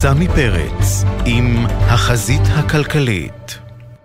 סמי פרץ עם החזית הכלכלית.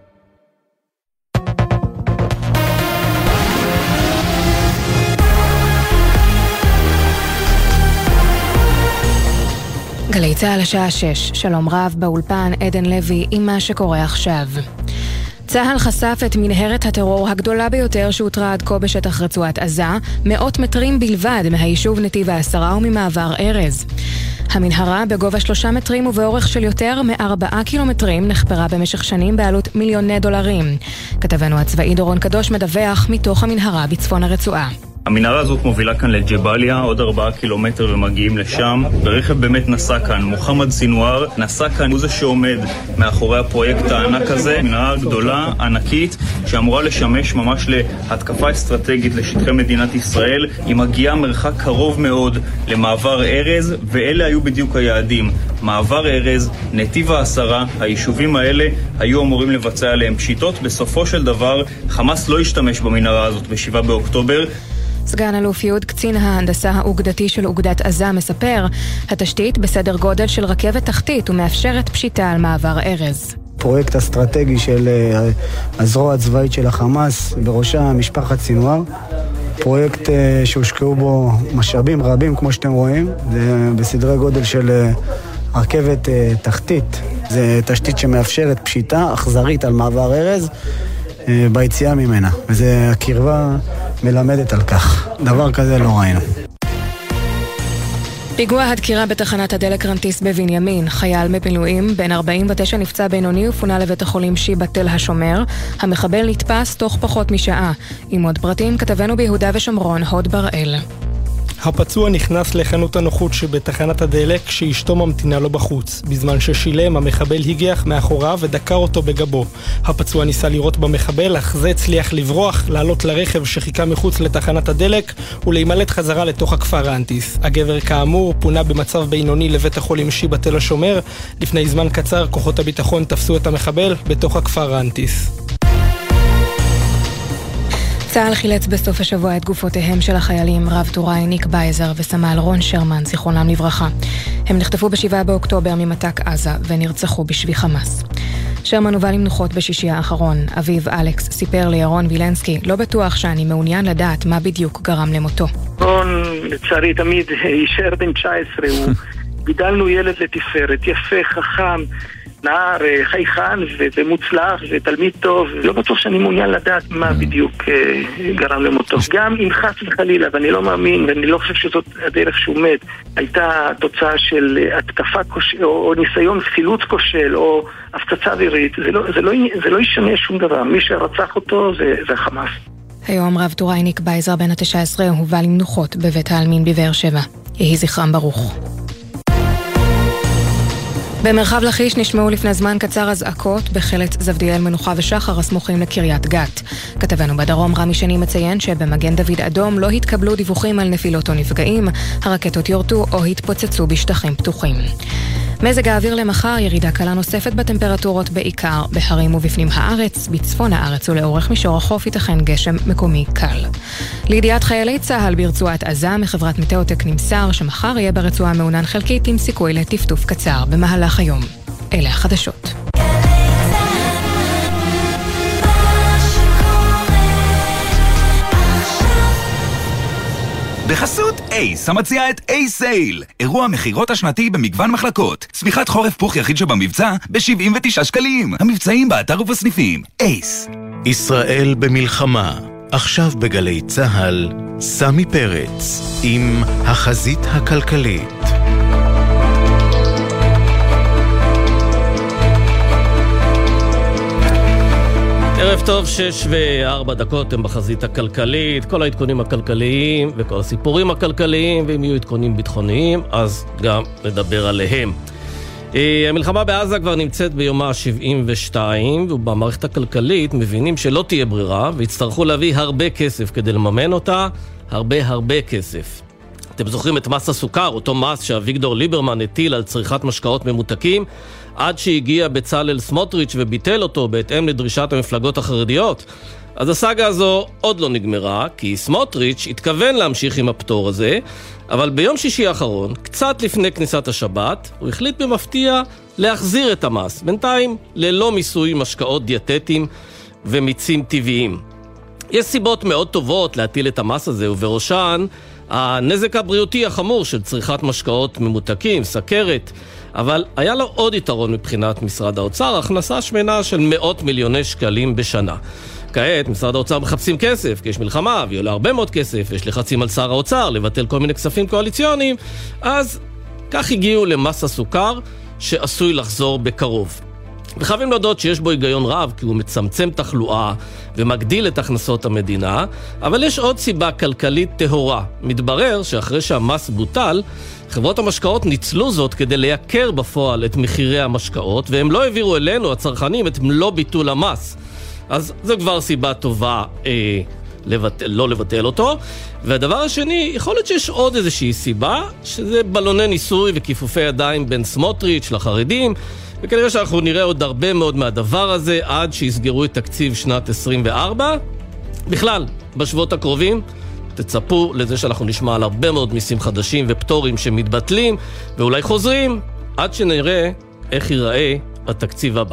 גלי צהל השעה 6, שלום רב באולפן עדן לוי עם מה שקורה עכשיו. צהל חשף את מנהרת הטרור הגדולה ביותר שהותרה עד כה בשטח רצועת עזה, 100 מטרים בלבד מהיישוב נתיב העשרה וממעבר ארז. המנהרה בגובה 3 מטרים ובאורך של יותר מ4 קילומטרים נחפרה במשך שנים בעלות מיליוני דולרים. כתבנו הצבאי דורון קדוש מדווח מתוך המנהרה בצפון הרצועה. המנהרה הזאת מובילה כאן לג'באליה, עוד 4 קילומטר ומגיעים לשם. ברכב באמת נסע כאן מוחמד סינואר, נסע כאן, הוא זה שעומד מאחורי הפרויקט הענק הזה. מנהרה גדולה, ענקית, שאמורה לשמש ממש להתקפה אסטרטגית לשטחי מדינת ישראל. היא מגיעה מרחק קרוב מאוד למעבר ארז, ואלה היו בדיוק היעדים. מעבר ארז, נתיב העשרה, היישובים האלה היו אמורים לבצע עליהם פשיטות. בסופו של דבר, חמאס לא השתמש במנהרה הזאת ב7 באוקטובר. סגן אלוף יהוד, קצין ההנדסה האוגדתי של אוגדת עזה, מספר, התשתית בסדר גודל של רכבת תחתית ומאפשרת פשיטה על מעבר ארז. פרויקט אסטרטגי של הזרוע הצבאית של החמאס, בראשה משפחת סינואר. פרויקט שהושקעו בו משאבים רבים, כמו שאתם רואים. זה בסדרי גודל של רכבת תחתית. זה תשתית שמאפשרת פשיטה אכזרית על מעבר ארז ביציאה ממנה. וזה הקרבה מלמדת על כך. דבר כזה לא ראינו. פיגוע הדקירה בתחנת הדלק רנטיס בבנימין. חייל מפילואים בן 49 נפצע בינוני ופונה לבית החולים שיבא תל השומר. המחבל נתפס תוך פחות משעה. עם עוד פרטים כתבנו ביהודה ושומרון הוד בראל. הפצוע נכנס לחנות הנוחות שבתחנת הדלק כשאשתו ממתינה לו בחוץ. בזמן ששילם, המחבל הגיח מאחוריו ודקר אותו בגבו. הפצוע ניסה לירות במחבל, אך זה הצליח לברוח, לעלות לרכב שחיכה מחוץ לתחנת הדלק ולהימלט חזרה לתוך הכפר רנטיס. הגבר כאמור פונה במצב בינוני לבית החולים שיבא תל השומר. לפני זמן קצר כוחות הביטחון תפסו את המחבל בתוך הכפר רנטיס. צה"ל חילץ בסוף השבוע את גופותיהם של החיילים רב טוראי ניק בייזר וסמל רון שרמן, זיכרונם לברכה. הם נחטפו ב7 באוקטובר ממתק עזה ונרצחו בשבי חמאס. שרמן הובא למנוחות בשישי האחרון. אביו אלכס סיפר לירון וילנסקי, לא בטוח שאני מעוניין לדעת מה בדיוק גרם למותו. רון לצערי תמיד יישאר בן 19, גידלנו ילד לתפארת, יפה, חכם, נער, חייכן ומוצלח ותלמיד טוב. לא בטוח שאני מעוניין לדעת מה בדיוק גרם למותו. גם אם חס וחלילה, ואני לא מאמין ואני לא חושב שזאת הדרך שהוא מת, הייתה תוצאה של התקפה כושל או ניסיון חילוץ כושל או הפצצה אווירית, זה לא ישנה שום דבר. מי שרצח אותו זה החמאס. היום רב טוראי ניק בייזר בן ה-19 הובא למנוחות בבית העלמין בבאר שבע. יהי זכרם ברוך. במרחב לכיש נשמעו לפני זמן קצר אזעקות בחלץ זבדיאל מנוחה ושחר הסמוכים לקריית גת. כתבנו בדרום רמי שני מציין שבמגן דוד אדום לא התקבלו דיווחים על נפילות או נפגעים, הרקטות יורטו או התפוצצו בשטחים פתוחים. מזג האוויר למחר, ירידה קלה נוספת בטמפרטורות בעיקר בהרים ובפנים הארץ, בצפון הארץ ולאורך מישור החוף ייתכן גשם מקומי קל. לידיעת חיילי צה"ל ברצועת עזה מחברת מטאוטק נמסר שמחר יהיה ברצועה מעונן חלקית עם סיכוי לטפטוף קצר במהלך היום. אלה החדשות. בחסות אייס, המציעה את אייס סייל, אירוע מחירות השנתי במגוון מחלקות. צמיחת חורף פוך יחיד שבמבצע ב-79 שקלים. המבצעים באתר ובסניפים. אייס. ישראל במלחמה. עכשיו בגלי צהל, סמי פרץ עם החזית הכלכלית. ערב טוב, 6:04 הם בחזית הכלכלית, כל העדכונים הכלכליים וכל הסיפורים הכלכליים, ואם יהיו עדכונים ביטחוניים אז גם נדבר עליהם. המלחמה בעזה כבר נמצאת ביומה ה-72, ובמערכת הכלכלית מבינים שלא תהיה ברירה ויצטרכו להביא הרבה כסף כדי לממן אותה, הרבה כסף. אתם זוכרים את מס הסוכר, אותו מס שאביגדור ליברמן הטיל על צריכת משקאות ממותקים, עד שהגיע בצלאל סמוטריץ' וביטל אותו בהתאם לדרישת המפלגות החרדיות. אז הסאגה הזו עוד לא נגמרה, כי סמוטריץ' התכוון להמשיך עם הפטור הזה, אבל ביום שישי האחרון, קצת לפני כניסת השבת, הוא החליט במפתיע להחזיר את המס, בינתיים ללא מיסוי משקאות דיאטטיים ומיצים טבעיים. יש סיבות מאוד טובות להטיל את המס הזה, ובראשן הנזק הבריאותי החמור של צריכת משקאות ממותקים, סכרת, אבל היה לו עוד יתרון מבחינת משרד האוצר, הכנסה שמנה של מאות מיליוני שקלים בשנה. כעת משרד האוצר מחפשים כסף, כי יש מלחמה ויולה הרבה מאוד כסף, יש לחצים על שר האוצר לבטל כל מיני כספים קואליציוניים, אז כך הגיעו למס הסוכר שעשוי לחזור בקרוב. וחייבים להודות שיש בו היגיון רב, כי הוא מצמצם תחלואה ומגדיל את הכנסות המדינה, אבל יש עוד סיבה כלכלית טהורה. מתברר שאחרי שהמס בוטל, חברות המשקאות ניצלו זאת כדי לייקר בפועל את מחירי המשקאות, והם לא העבירו אלינו, הצרכנים, את מלוא ביטול המס. אז זו כבר סיבה טובה לא לבטל אותו. והדבר השני, יכול להיות שיש עוד איזושהי סיבה, שזה בלוני ניסוי וכיפופי ידיים בין סמוטריץ' לחרדים, וכנראה שאנחנו נראה עוד הרבה מאוד מהדבר הזה עד שיסגרו את תקציב שנת 24. בכלל, בשבועות הקרובים תצפו לזה שאנחנו נשמע על הרבה מאוד מיסים חדשים ופטורים שמתבטלים ואולי חוזרים, עד שנראה איך ייראה התקציב הבא.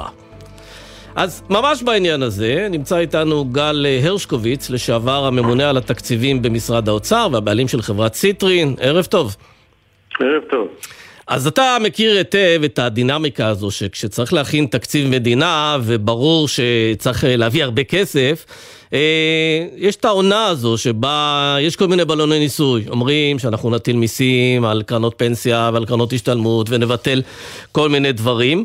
אז ממש בעניין הזה נמצא איתנו גל הרשקוביץ, לשעבר הממונה על התקציבים במשרד האוצר והבעלים של חברת סיטרין. ערב טוב. ערב טוב. אז אתה מכיר היטב את הדינמיקה הזו, שכשצריך להכין תקציב מדינה וברור שצריך להביא הרבה כסף, יש את העונה הזו שבה יש כל מיני בלוני ניסוי. אומרים שאנחנו נטיל מיסים על קרנות פנסיה ועל קרנות השתלמות ונבטל כל מיני דברים.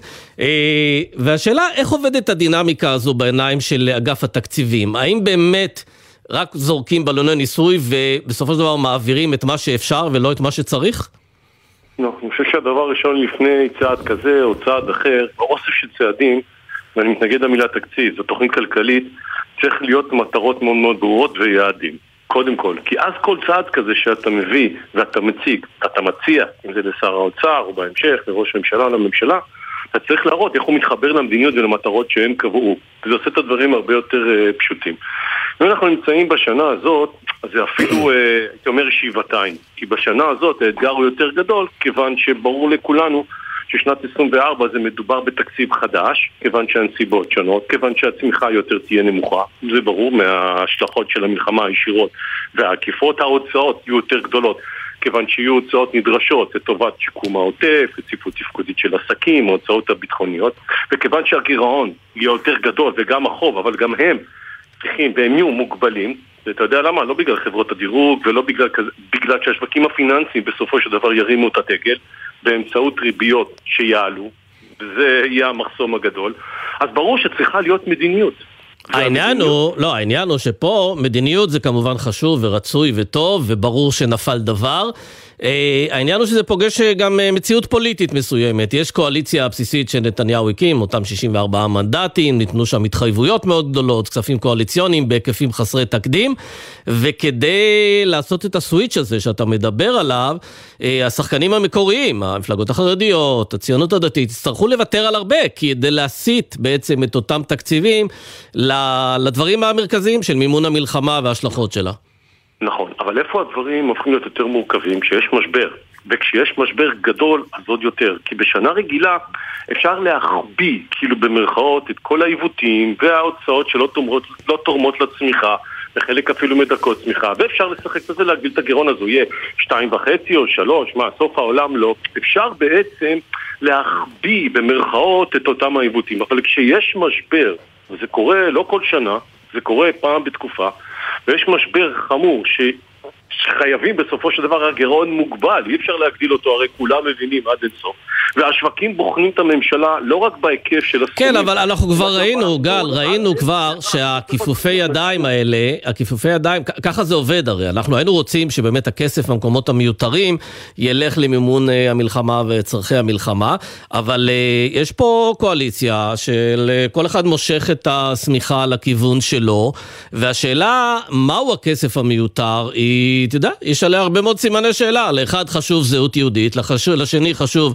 והשאלה, איך עובדת הדינמיקה הזו בעיניים של אגף התקציבים? האם באמת רק זורקים בלוני ניסוי ובסופו של דבר מעבירים את מה שאפשר ולא את מה שצריך? לא, אני חושב שהדבר הראשון לפני צעד כזה או צעד אחר, באוסף של צעדים, ואני מתנגד למילה תקציב, זו תוכנית כלכלית, צריך להיות מטרות מאוד מאוד ברורות ויעדים. קודם כל, כי אז כל צעד כזה שאתה מביא ואתה מציג, אתה מציע, אם זה לשר האוצר או בהמשך, לראש הממשלה או לממשלה, אתה צריך להראות איך הוא מתחבר למדיניות ולמטרות שהם קבעו. וזה עושה את הדברים הרבה יותר פשוטים. אם אנחנו נמצאים בשנה הזאת, אז זה אפילו, הייתי אומר, שבעתיים. כי בשנה הזאת האתגר הוא יותר גדול, כיוון שברור לכולנו ששנת 24 זה מדובר בתקציב חדש, כיוון שהנסיבות שונות, כיוון שהצמיחה יותר תהיה נמוכה. זה ברור מההשלכות של המלחמה הישירות והעקיפות, ההוצאות יהיו יותר גדולות. כיוון שיהיו הוצאות נדרשות לטובת שיקום העוטף, רציפות תפקודית של עסקים, ההוצאות הביטחוניות, וכיוון שהגירעון יהיה יותר גדול וגם החוב, אבל גם הם צריכים והם יהיו מוגבלים, ואתה יודע למה? לא בגלל חברות הדירוג ולא בגלל שהשווקים הפיננסיים בסופו של דבר ירימו את הדגל באמצעות ריביות שיעלו, וזה יהיה המחסום הגדול. אז ברור שצריכה להיות מדיניות. העניין הוא שפה מדיניות זה כמובן חשוב ורצוי וטוב וברור שנפל דבר. העניין הוא שזה פוגש גם מציאות פוליטית מסוימת. יש קואליציה הבסיסית שנתניהו הקים, אותם 64 מנדטים, ניתנו שם התחייבויות מאוד גדולות, כספים קואליציוניים בהיקפים חסרי תקדים, וכדי לעשות את הסוויץ' הזה שאתה מדבר עליו, השחקנים המקוריים, המפלגות החרדיות, הציונות הדתית, יצטרכו לוותר על הרבה, כדי להסיט בעצם את אותם תקציבים לדברים המרכזיים של מימון המלחמה וההשלכות שלה. נכון, אבל איפה הדברים הופכים להיות יותר מורכבים? כשיש משבר, וכשיש משבר גדול אז עוד יותר, כי בשנה רגילה אפשר להחביא כאילו במרכאות את כל העיוותים וההוצאות שלא תורמות לצמיחה, בחלק אפילו מדכאות צמיחה, ואפשר לשחק בזה, להגדיל את הגירעון, אז הוא יהיה 2.5 או 3, מה, סוף העולם לא. אפשר בעצם להחביא במרכאות את אותם העיוותים, אבל כשיש משבר, וזה קורה לא כל שנה, זה קורה פעם בתקופה, ויש משבר חמור שחייבים בסופו של דבר הגירעון מוגבל, אי אפשר להגדיל אותו, הרי כולם מבינים עד אינסוף. והשווקים בוחנים את הממשלה לא רק בהיקף של הסכומים. כן, אבל אנחנו כבר ראינו כבר שהכיפופי ידיים האלה, הכיפופי ידיים, ככה זה עובד הרי. אנחנו היינו רוצים שבאמת הכסף במקומות המיותרים ילך למימון המלחמה וצרכי המלחמה, אבל יש פה קואליציה של כל אחד מושך את הסמיכה לכיוון שלו, והשאלה מהו הכסף המיותר היא, אתה יודע, יש עליה הרבה מאוד סימני שאלה. לאחד חשוב זהות יהודית, לשני חשוב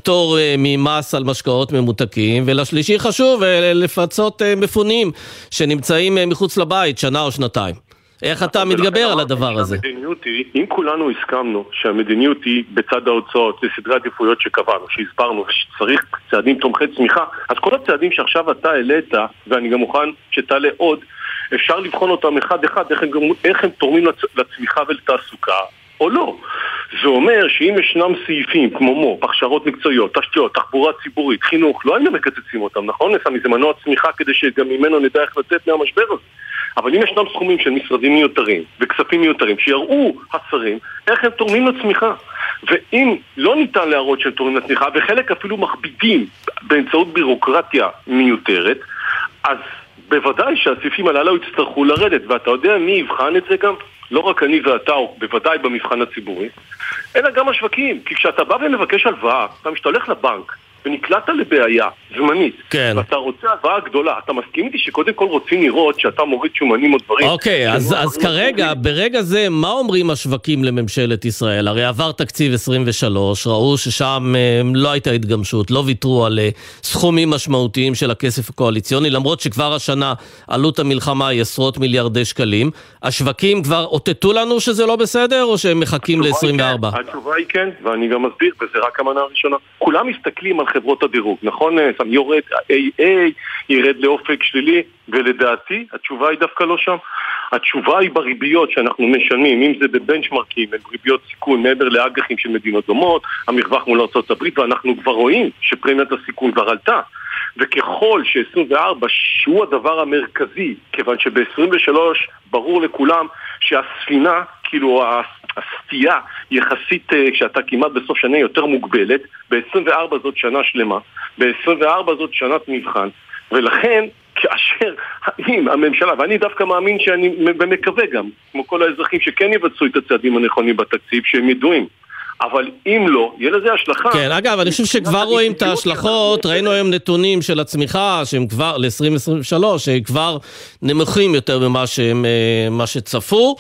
פטור ממס על משקאות ממותקים, ולשלישי חשוב לפצות מפונים שנמצאים מחוץ לבית שנה או שנתיים. איך אתה מתגבר על הדבר הזה? המדיניות היא, אם כולנו הסכמנו שהמדיניות היא בצד ההוצאות, לסדרי עדיפויות שקבענו, שהסברנו ושצריך צעדים תומכי צמיחה, אז כל הצעדים שעכשיו אתה העלית, ואני גם מוכן שתעלה עוד, אפשר לבחון אותם אחד אחד, איך הם תורמים לצמיחה ולתעסוקה, או לא. זה אומר שאם ישנם סעיפים כמו הכשרות מקצועיות, תשתיות, תחבורה ציבורית, חינוך, לא היינו מקצצים אותם, נכון? נעשה מזה מנוע צמיחה כדי שגם ממנו נדע איך לצאת מהמשבר הזה. אבל אם ישנם סכומים של משרדים מיותרים וכספים מיותרים שיראו השרים איך הם תורמים לצמיחה, ואם לא ניתן להראות שהם תורמים לצמיחה וחלק אפילו מכבידים באמצעות בירוקרטיה מיותרת, אז בוודאי שהסעיפים הללו יצטרכו לרדת. ואתה יודע מי יבחן את זה גם? לא רק אני ואתה, או בוודאי במבחן הציבורי, אלא גם השווקים. כי כשאתה בא ומבקש הלוואה, אתה הולך לבנק ונקלעת לבעיה זמנית, כן. ואתה רוצה הלוואה גדולה, אתה מסכים איתי שקודם כל רוצים לראות שאתה מוריד שומנים או דברים. אוקיי, אז כרגע, ברגע זה, מה אומרים השווקים לממשלת ישראל? הרי עבר תקציב 23, ראו ששם לא הייתה התגמשות, לא ויתרו על סכומים משמעותיים של הכסף הקואליציוני, למרות שכבר השנה עלות המלחמה היא עשרות מיליארדי שקלים. השווקים כבר אותתו לנו שזה לא בסדר, או שהם מחכים ל-24? התשובה היא כן, ואני גם מסביר, וזה רק המנה הראשונה. כולם מסתכלים על חברות הדירוג, נכון? שם יורד, AA ירד לאופק שלילי, ולדעתי התשובה היא דווקא לא שם. התשובה היא בריביות שאנחנו משנים, אם זה בבנצ'מרקים, בריביות סיכון מעבר לאג"חים של מדינות דומות, המרווח מול ארצות הברית, ואנחנו כבר רואים שפרמיית הסיכון כבר עלתה. וככל ש-24 שהוא הדבר המרכזי, כיוון שב-23 ברור לכולם שהספינה, כאילו הסטייה יחסית, כשאתה כמעט בסוף שנה יותר מוגבלת, ב-24 זאת שנה שלמה, ב-24 זאת שנת מבחן, ולכן כאשר אם הממשלה, ואני דווקא מאמין שאני ומקווה גם, כמו כל האזרחים שכן יבצעו את הצעדים הנכונים בתקציב, שהם ידועים, אבל אם לא, יהיה לזה השלכה. כן, אגב, אני חושב שכבר רואים את ההשלכות, ראינו היום נתונים של הצמיחה, שהם כבר, ל-2023, שהם כבר נמוכים יותר ממה שצפו,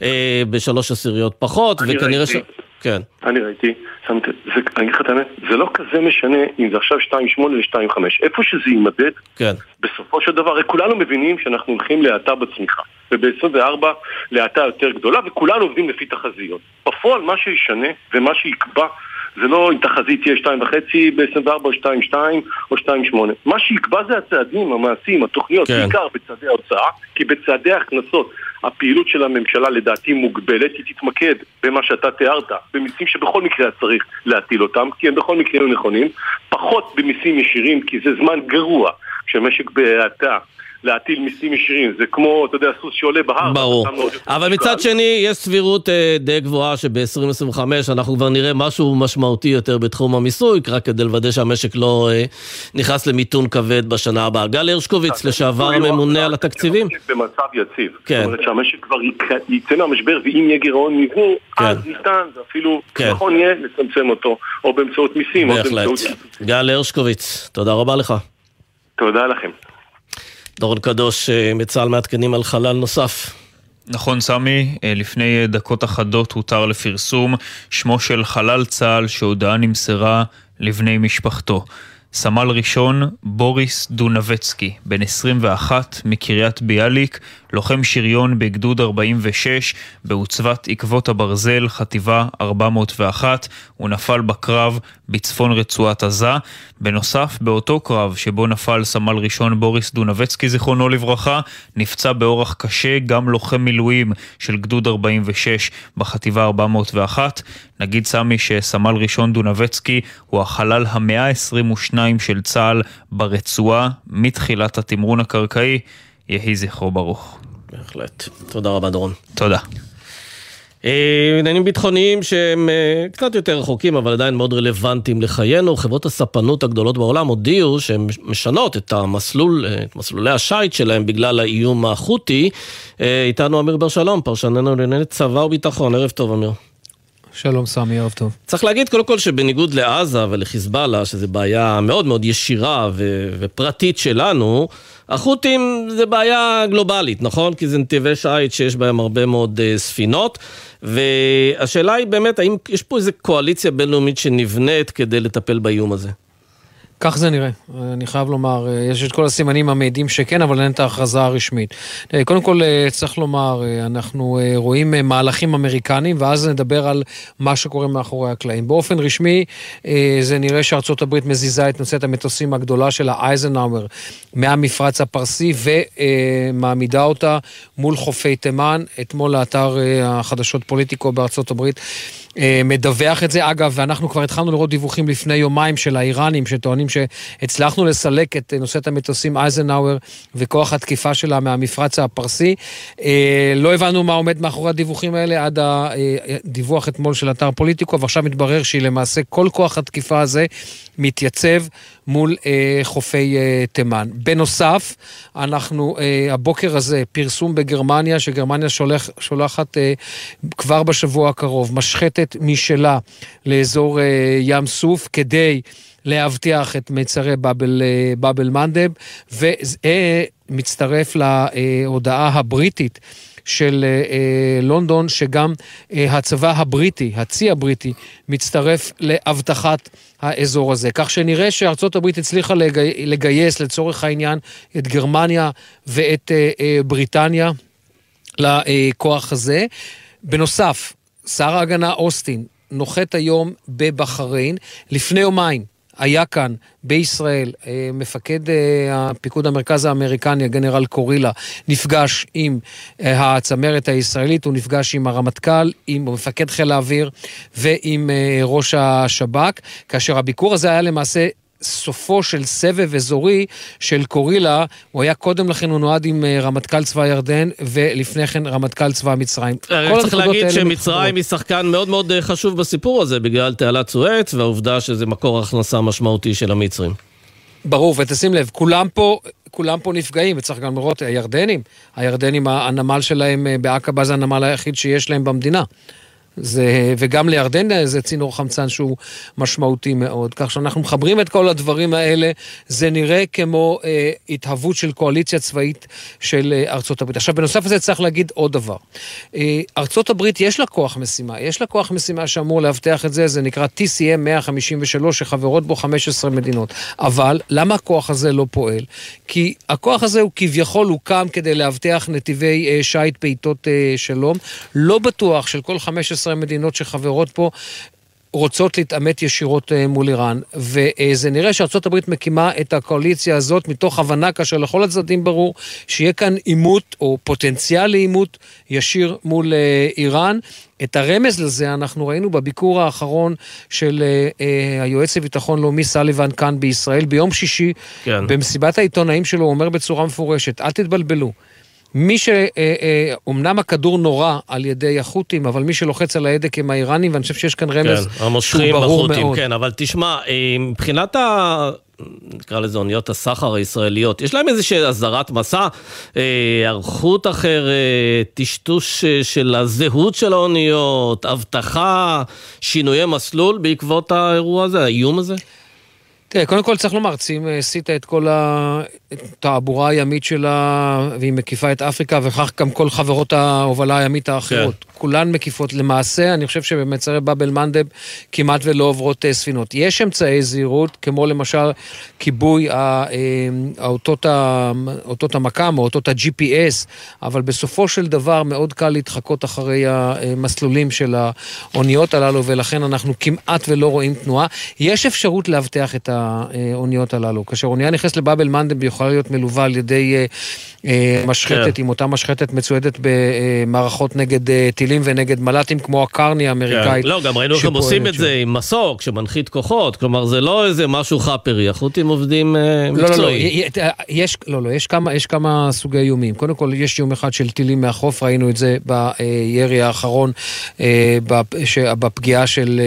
ב3/10 פחות, וכנראה כן. אני ראיתי, אני אגיד לך את האמת, זה לא כזה משנה אם זה עכשיו 2.8 ל-2.5, איפה שזה יימדד, כן. בסופו של דבר, כולנו מבינים שאנחנו הולכים להאטה בצמיחה, וב-24 להאטה יותר גדולה, וכולנו עובדים לפי תחזיות. בפועל מה שישנה ומה שיקבע, זה לא אם תחזית תהיה 2.5 ב-24 או 2.2 או 2.8. מה שיקבע זה הצעדים, המעשים, התוכניות, כן. בעיקר בצעדי ההוצאה, כי בצעדי ההכנסות, הפעילות של הממשלה לדעתי מוגבלת, היא תתמקד במה שאתה תיארת, במיסים שבכל מקרה צריך להטיל אותם, כי הם בכל מקרה הם נכונים, פחות במיסים ישירים, כי זה זמן גרוע, כשמשק בהאטה, להטיל מיסים ישירים, זה כמו, אתה יודע, סוס שעולה בהר. ברור, אבל מצד שני, יש סבירות די גבוהה שב-2025 אנחנו כבר נראה משהו משמעותי יותר בתחום המיסוי, רק כדי לוודא שהמשק לא נכנס למיתון כבד בשנה הבאה. גל הרשקוביץ, לשעבר הממונה על התקציבים. במצב יציב. זאת אומרת שהמשק כבר יצא מהמשבר, ואם יהיה גירעון מבנה, אז ניתן, ואפילו נכון יהיה לצמצם אותו, או באמצעות מיסים. בהחלט. גל הרשקוביץ, תודה רבה לך. תודה לכם. דורון קדוש, מצה"ל מעדכנים על חלל נוסף. נכון סמי, לפני דקות אחדות הותר לפרסום שמו של חלל צה"ל שהודעה נמסרה לבני משפחתו. סמל ראשון בוריס דונבצקי, בן 21 מקריית ביאליק, לוחם שריון בגדוד 46 בעוצבת עקבות הברזל, חטיבה 401, הוא נפל בקרב בצפון רצועת עזה. בנוסף, באותו קרב שבו נפל סמל ראשון בוריס דונבצקי זיכרונו לברכה, נפצע באורח קשה גם לוחם מילואים של גדוד 46 בחטיבה 401. נגיד סמי שסמל ראשון דונבצקי הוא החלל ה-122 של צה"ל ברצועה מתחילת התמרון הקרקעי. יהי זכרו ברוך. בהחלט. תודה רבה דורון. תודה. עניינים ביטחוניים שהם קצת יותר רחוקים, אבל עדיין מאוד רלוונטיים לחיינו. חברות הספנות הגדולות בעולם הודיעו שהן משנות את מסלולי השייט שלהם בגלל האיום החותי. איתנו אמיר בר שלום, פרשננו לענייני צבא וביטחון. ערב טוב אמיר. שלום סמי, ערב טוב. צריך להגיד קודם כל שבניגוד לעזה ולחיזבאללה, שזו בעיה מאוד מאוד ישירה ופרטית שלנו, החות'ים זה בעיה גלובלית, נכון? כי זה נתיבי שייט שיש בהם הרבה מאוד ספינות, והשאלה היא באמת, האם יש פה איזו קואליציה בינלאומית שנבנית כדי לטפל באיום הזה? כך זה נראה, אני חייב לומר, יש את כל הסימנים המעידים שכן, אבל אין את ההכרזה הרשמית. קודם כל צריך לומר, אנחנו רואים מהלכים אמריקנים, ואז נדבר על מה שקורה מאחורי הקלעים. באופן רשמי, זה נראה שארצות הברית מזיזה את נושאת המטוסים הגדולה של האייזנהאואר מהמפרץ הפרסי, ומעמידה אותה מול חופי תימן. אתמול לאתר החדשות פוליטיקו בארצות הברית, מדווח את זה. אגב, ואנחנו כבר התחלנו לראות דיווחים לפני יומיים של האיראנים שטוענים שהצלחנו לסלק את נושאת המטוסים אייזנהאואר וכוח התקיפה שלה מהמפרץ הפרסי. לא הבנו מה עומד מאחורי הדיווחים האלה עד הדיווח אתמול של אתר פוליטיקו, ועכשיו מתברר שהיא למעשה כל כוח התקיפה הזה מתייצב מול חופי תימן. בנוסף, אנחנו הבוקר הזה פרסום בגרמניה, שגרמניה שולחת כבר בשבוע הקרוב משחטת משלה לאזור ים סוף, כדי להבטיח את מצרי באבל מנדב, ומצטרף להודעה הבריטית של לונדון, שגם הצבא הבריטי, הצי הבריטי, מצטרף להבטחת האזור הזה. כך שנראה שארצות הברית הצליחה לגייס לצורך העניין את גרמניה ואת בריטניה לכוח הזה. בנוסף, שר ההגנה אוסטין נוחת היום בבחריין. לפני יומיים היה כאן בישראל מפקד הפיקוד המרכז האמריקני, הגנרל קורילה, נפגש עם הצמרת הישראלית, הוא נפגש עם הרמטכ"ל, עם מפקד חיל האוויר ועם ראש השב"כ, כאשר הביקור הזה היה למעשה סופו של סבב אזורי של קורילה. הוא היה קודם לכן, הוא נועד עם רמטכ"ל צבא ירדן, ולפני כן רמטכ"ל צבא מצרים. צריך להגיד שמצרים היא שחקן מאוד מאוד חשוב בסיפור הזה, בגלל תעלת סואץ, והעובדה שזה מקור הכנסה משמעותי של המצרים. ברור, ותשים לב, כולם פה נפגעים, וצריך גם לראות, הירדנים, הנמל שלהם בעקבה זה הנמל היחיד שיש להם במדינה. וגם לירדן זה צינור חמצן שהוא משמעותי מאוד. כך שאנחנו מחברים את כל הדברים האלה, זה נראה כמו התהוות של קואליציה צבאית של ארצות הברית. עכשיו, בנוסף לזה צריך להגיד עוד דבר. ארצות הברית יש לה כוח משימה שאמור להבטיח את זה, זה נקרא TCM 153, שחברות בו 15 מדינות. אבל למה הכוח הזה לא פועל? כי הכוח הזה הוא כביכול הוקם כדי להבטיח נתיבי שייט פעיתות שלום. לא בטוח של כל 15 מדינות שחברות פה רוצות להתאמת ישירות מול איראן, וזה נראה שארצות הברית מקימה את הקואליציה הזאת מתוך הבנה, כאשר לכל הצדדים ברור שיהיה כאן עימות או פוטנציאל לעימות ישיר מול איראן. את הרמז לזה אנחנו ראינו בביקור האחרון של היועץ לביטחון לאומי סליבן כאן בישראל ביום שישי, כן. במסיבת העיתונאים שלו הוא אומר בצורה מפורשת, אל תתבלבלו, מי שאומנם הכדור נורא על ידי החות'ים, אבל מי שלוחץ על ההדק עם האיראנים, ואני חושב שיש כאן רמז שהוא ברור מאוד. כן, אבל תשמע, מבחינת נקרא לזה אוניות הסחר הישראליות, יש להם איזושהי הזרת מסע, ערכות אחרת, טשטוש של הזהות של האוניות, הבטחה, שינויי מסלול בעקבות האירוע הזה, האיום הזה? תראה, קודם כל צריך לומר, צים עשית את כל התעבורה הימית שלה, והיא מקיפה את אפריקה, וכך גם כל חברות ההובלה הימית האחרות. כן. כולן מקיפות. למעשה, אני חושב שבמצרי באבל מנדב כמעט ולא עוברות ספינות. יש אמצעי זהירות, כמו למשל כיבוי אותות המקם, או אותות ה-GPS, אבל בסופו של דבר מאוד קל להתחקות אחרי המסלולים של האוניות הללו, ולכן אנחנו כמעט ולא רואים תנועה. יש אפשרות להבטיח את האוניות הללו. כאשר אונייה נכנס לבאבל מנדב, יכולה להיות מלווה על ידי משחטת, עם אותה משחטת מצוידת במערכות נגד טילים ונגד מל"טים, כמו הקרני האמריקאית. לא, גם ראינו שהם עושים את זה עם מסוק, שמנחית כוחות, כלומר זה לא איזה משהו חפרי, החות'ים עובדים מקצועי. יש כמה סוגי איומים. קודם כל, יש איום אחד של טילים מהחוף, ראינו את זה בירי האחרון, בפגיעה של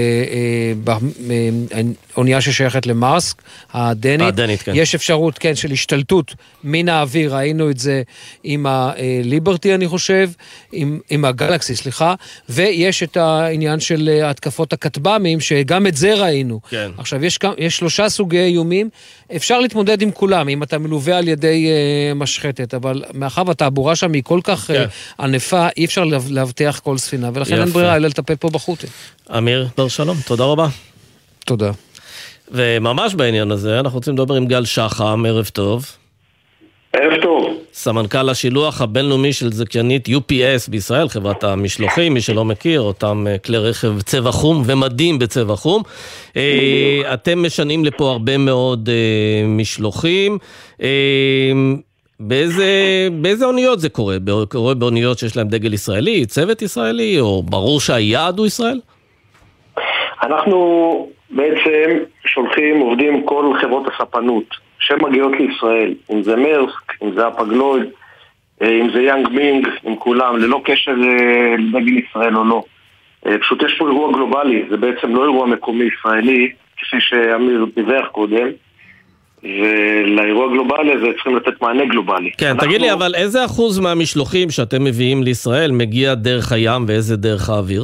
אונייה ששייכת למארסק, הדנית. יש אפשרות, כן, של השתלטות מן האוויר, ראינו את זה עם הליברטי, אני חושב, עם הגלקסי, סליחה, ויש את העניין של התקפות הכטב"מים, שגם את זה ראינו. כן. עכשיו, יש 3 סוגי איומים, אפשר להתמודד עם כולם, אם אתה מלווה על ידי משחטת, אבל מאחר והתעבורה שם היא כל כך ענפה, אי אפשר להבטיח כל ספינה, ולכן אין ברירה אלא לטפל פה בחות'ים. אמיר בר שלום, תודה רבה. תודה. וממש בעניין הזה, אנחנו רוצים לדבר עם גל שחם, ערב טוב. ערב טוב. סמנכ"ל השילוח הבינלאומי של זכיינית UPS בישראל, חברת המשלוחים, מי שלא מכיר, אותם כלי רכב צבע חום ומדים בצבע חום. אתם משנים לפה הרבה מאוד משלוחים. באיזה אוניות זה קורה? קורה באוניות שיש להם דגל ישראלי, צוות ישראלי, או ברור שהיעד הוא ישראל? אנחנו בעצם שולחים עובדים כל חברות הספנות שמגיעות לישראל, אם זה מרסק, אם זה הפגלויד, אם זה יאנג מינג, עם כולם, ללא קשר לדגל ישראל או לא. פשוט יש פה אירוע גלובלי, זה בעצם לא אירוע מקומי ישראלי, כפי שאמיר דיווח קודם, ולאירוע גלובלי הזה צריכים לתת מענה גלובלי. כן, תגיד לי, אבל איזה אחוז מהמשלוחים שאתם מביאים לישראל מגיע דרך הים ואיזה דרך האוויר?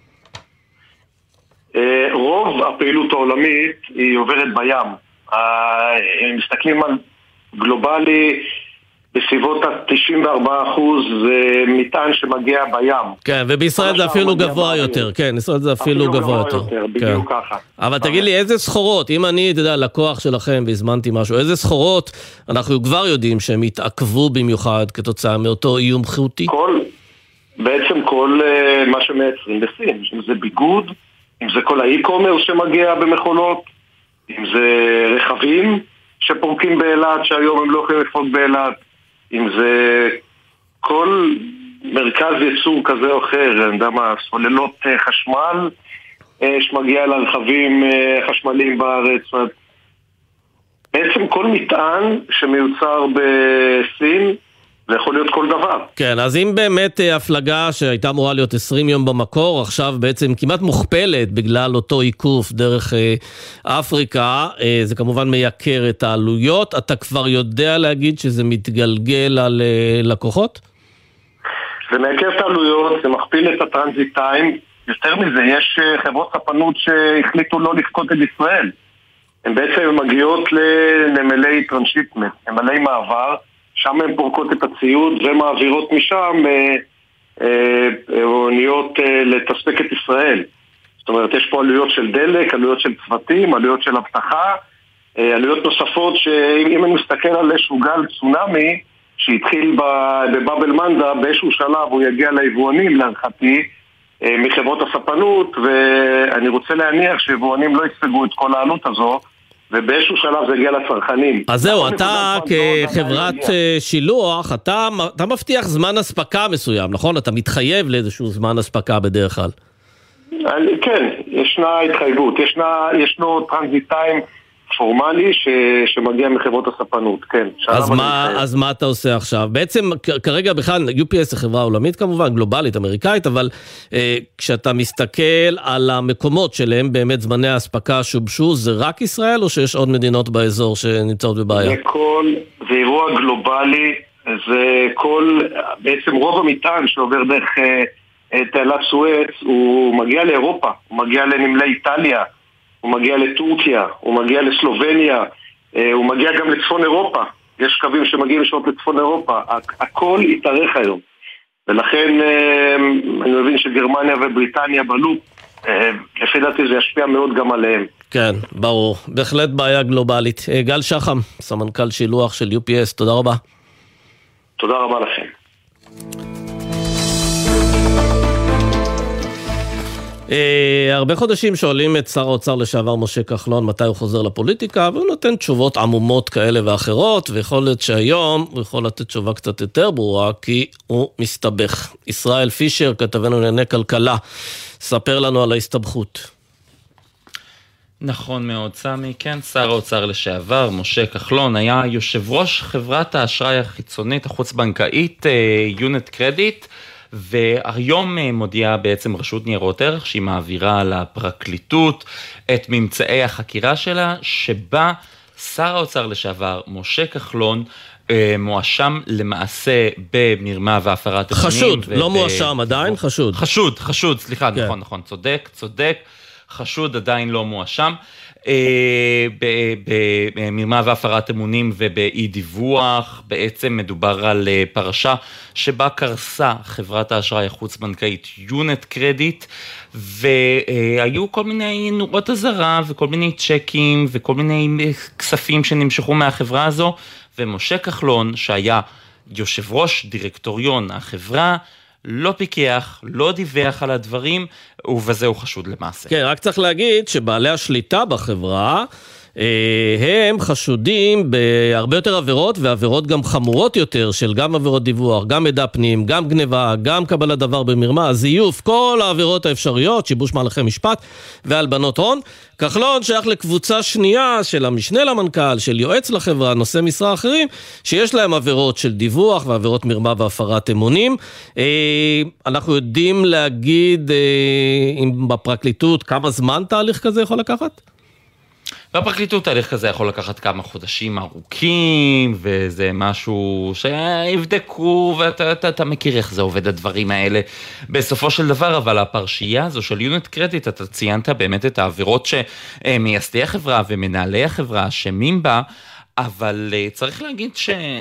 רוב הפעילות העולמית היא עוברת בים. אם מסתכלים על גלובלי, בסביבות ה-94% זה מטען שמגיע בים. כן, ובישראל זה אפילו גבוה יותר. כן, בישראל זה אפילו גבוה יותר. בדיוק ככה. אבל תגיד לי, איזה סחורות, אם אני, אתה יודע, לקוח שלכם והזמנתי משהו, איזה סחורות אנחנו כבר יודעים שהם התעכבו במיוחד כתוצאה מאותו איום חותי? בעצם כל מה שמייצרים בסין, אם זה ביגוד, אם זה כל האי-קומרס שמגיע במכונות, אם זה רכבים שפורקים באילת, שהיום הם לא יכולים לפרוק באילת, אם זה כל מרכז ייצור כזה או אחר, אני יודע מה, סוללות חשמל שמגיע לרכבים חשמליים בארץ. בעצם כל מטען שמיוצר בסין, זה יכול להיות כל דבר. כן, אז אם באמת הפלגה שהייתה אמורה להיות 20 יום במקור, עכשיו בעצם כמעט מוכפלת בגלל אותו עיקוף דרך אפריקה, זה כמובן מייקר את העלויות. אתה כבר יודע להגיד שזה מתגלגל על לקוחות? זה מייקר את העלויות, זה מכפיל את הטרנזיט טיים. יותר מזה, יש חברות ספנות שהחליטו לא לפקוד את ישראל. הן בעצם מגיעות לנמלי טרנשיפמנט, נמלי מעבר, שם הן פורקות את הציוד ומעבירות משם אוניות לתספק את ישראל. זאת אומרת, יש פה עלויות של דלק, עלויות של צוותים, עלויות של הבטחה, עלויות נוספות שאם אני מסתכל על איזשהו גל צונאמי שהתחיל בבאבל מנדה, באיזשהו שלב הוא יגיע ליבואנים להערכתי מחברות הספנות, ואני רוצה להניח שיבואנים לא יספגו את כל העלות הזו, ובאיזשהו שלב זה הגיע לצרכנים. אז זהו, אתה כחברת שילוח, אתה מבטיח זמן הספקה מסוים, נכון? אתה מתחייב לאיזשהו זמן הספקה בדרך כלל. כן, ישנה התחייבות, ישנו טרנזיט טיים פורמלי שמגיע מחברות הספנות, כן. אז מה אתה עושה עכשיו? בעצם כרגע בכלל, UPS זה חברה עולמית כמובן, גלובלית, אמריקאית, אבל כשאתה מסתכל על המקומות שלהם באמת זמני ההספקה שובשו, זה רק ישראל או שיש עוד מדינות באזור שנמצאות בבעיה? זה אירוע גלובלי, בעצם רוב המטען שעובר דרך תעלת סואץ, הוא מגיע לאירופה, הוא מגיע לנמלי איטליה, הוא מגיע לטורקיה, הוא מגיע לסלובניה, הוא מגיע גם לצפון אירופה. יש קווים שמגיעים לשעות לצפון אירופה. הכל יתארך היום. ולכן אני מבין שגרמניה ובריטניה בלופ, לפי דעתי זה ישפיע מאוד גם עליהם. כן, ברור. בהחלט בעיה גלובלית. גל שחם, סמנכ"ל שילוח של UPS, תודה רבה. תודה רבה לכם. הרבה חודשים שואלים את שר האוצר לשעבר משה כחלון מתי הוא חוזר לפוליטיקה, והוא נותן תשובות עמומות כאלה ואחרות, ויכול להיות שהיום הוא יכול לתת תשובה קצת יותר ברורה, כי הוא מסתבך. ישראל פישר, כתבנו לענייני כלכלה, ספר לנו על ההסתבכות. נכון מאוד, סמי. כן, שר האוצר לשעבר משה כחלון היה יושב ראש חברת האשראי החיצונית החוץ-בנקאית יונט קרדיט, והיום מודיעה בעצם רשות ניירות ערך שהיא מעבירה לפרקליטות את ממצאי החקירה שלה, שבה שר האוצר לשעבר, משה כחלון, מואשם למעשה במרמה והפרת אמונים. חשוד, לא מואשם עדיין, חשוד. חשוד, סליחה, נכון, צודק, חשוד עדיין לא מואשם. במרמה והפרת אמונים ובאי דיווח. בעצם מדובר על פרשה שבה קרסה חברת האשראי החוץ-בנקאית יונט קרדיט, והיו כל מיני נורות אזהרה וכל מיני צ'קים וכל מיני כספים שנמשכו מהחברה הזו, ומשה כחלון שהיה יושב ראש דירקטוריון החברה לא פיקח, לא דיווח על הדברים, ובזה הוא חשוד למעשה. כן, רק צריך להגיד שבעלי השליטה בחברה, הם חשודים בהרבה יותר עבירות, ועבירות גם חמורות יותר, של גם עבירות דיווח, גם מידע פנים, גם גניבה, גם קבלת דבר במרמה, זיוף, כל העבירות האפשריות, שיבוש מהלכי משפט והלבנות הון. כחלון שייך לקבוצה שנייה של המשנה למנכ"ל, של יועץ לחברה, נושא משרה אחרים, שיש להם עבירות של דיווח ועבירות מרמה והפרת אמונים. אנחנו יודעים להגיד אם בפרקליטות כמה זמן תהליך כזה יכול לקחת? בפרקליטות תהליך כזה יכול לקחת כמה חודשים ארוכים, וזה משהו שיבדקו, ואתה מכיר איך זה עובד הדברים האלה בסופו של דבר. אבל הפרשייה הזו של יונט קרדיט, אתה ציינת באמת את העבירות שמייסדי החברה ומנהלי החברה אשמים בה, אבל צריך להגיד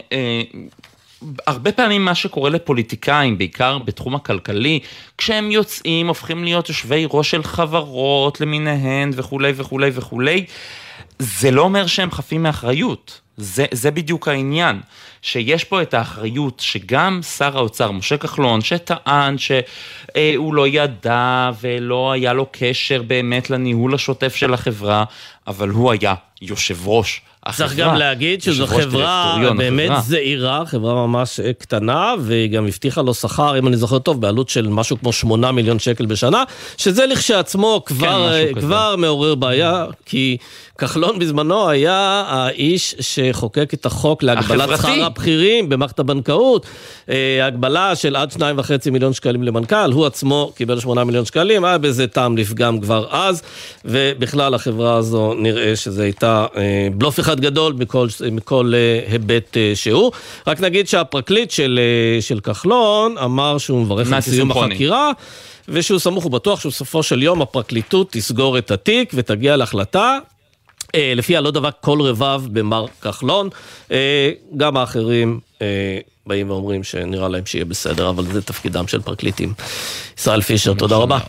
הרבה פעמים מה שקורה לפוליטיקאים, בעיקר בתחום הכלכלי, כשהם יוצאים, הופכים להיות יושבי ראש של חברות למיניהן וכו' וכו' וכו', זה לא אומר שהם חפים מאחריות. זה בדיוק העניין, שיש פה את האחריות שגם שר האוצר משה כחלון, שטען שהוא לא ידע ולא היה לו קשר באמת לניהול השוטף של החברה, אבל הוא היה יושב ראש החברה. צריך גם להגיד שזו חברה באמת זעירה, חברה ממש קטנה, והיא גם הבטיחה לו שכר, אם אני זוכר טוב, בעלות של משהו כמו 8 מיליון שקל בשנה, שזה לכשעצמו כבר מעורר בעיה, כי כחלון בזמנו היה האיש שחוקק את החוק להגבלת שכר הבכירים במערכת הבנקאות, הגבלה של עד 2.5 מיליון שקלים למנכ"ל, הוא עצמו קיבל 8 מיליון שקלים, היה בזה טעם לפגם כבר אז, ובכלל החברה הזו נראה שזה הייתה בלוף אחד גדול מכל היבט שהוא. רק נגיד שהפרקליט של כחלון אמר שהוא מברך על סיום החקירה, ושהוא סמוך ובטוח שבסופו של יום הפרקליטות תסגור את התיק ותגיע להחלטה, לפי לא דבר כל רבב במר כחלון. גם האחרים באים ואומרים שנראה להם שיהיה בסדר, אבל זה תפקידם של פרקליטים. ישראל פישר, תודה רבה.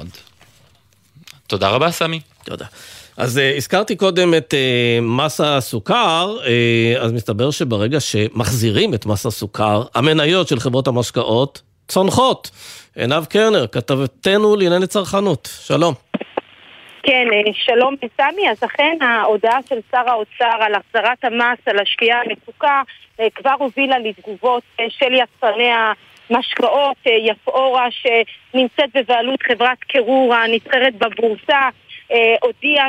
תודה רבה, סמי. תודה. אז הזכרתי קודם את מס הסוכר, אז מסתבר שברגע שמחזירים את מס הסוכר, המניות של חברות המשקאות צונחות. עינב קרנר, כתבתנו לענייני צרכנות. שלום. כן, שלום סמי. אז אכן ההודעה של שר האוצר על החזרת המס על השתייה המתוקה כבר הובילה לתגובות של יצרני המשקאות. יפאורה שנמצאת בבעלות חברת קירור הנסחרת בבורסה, הודיע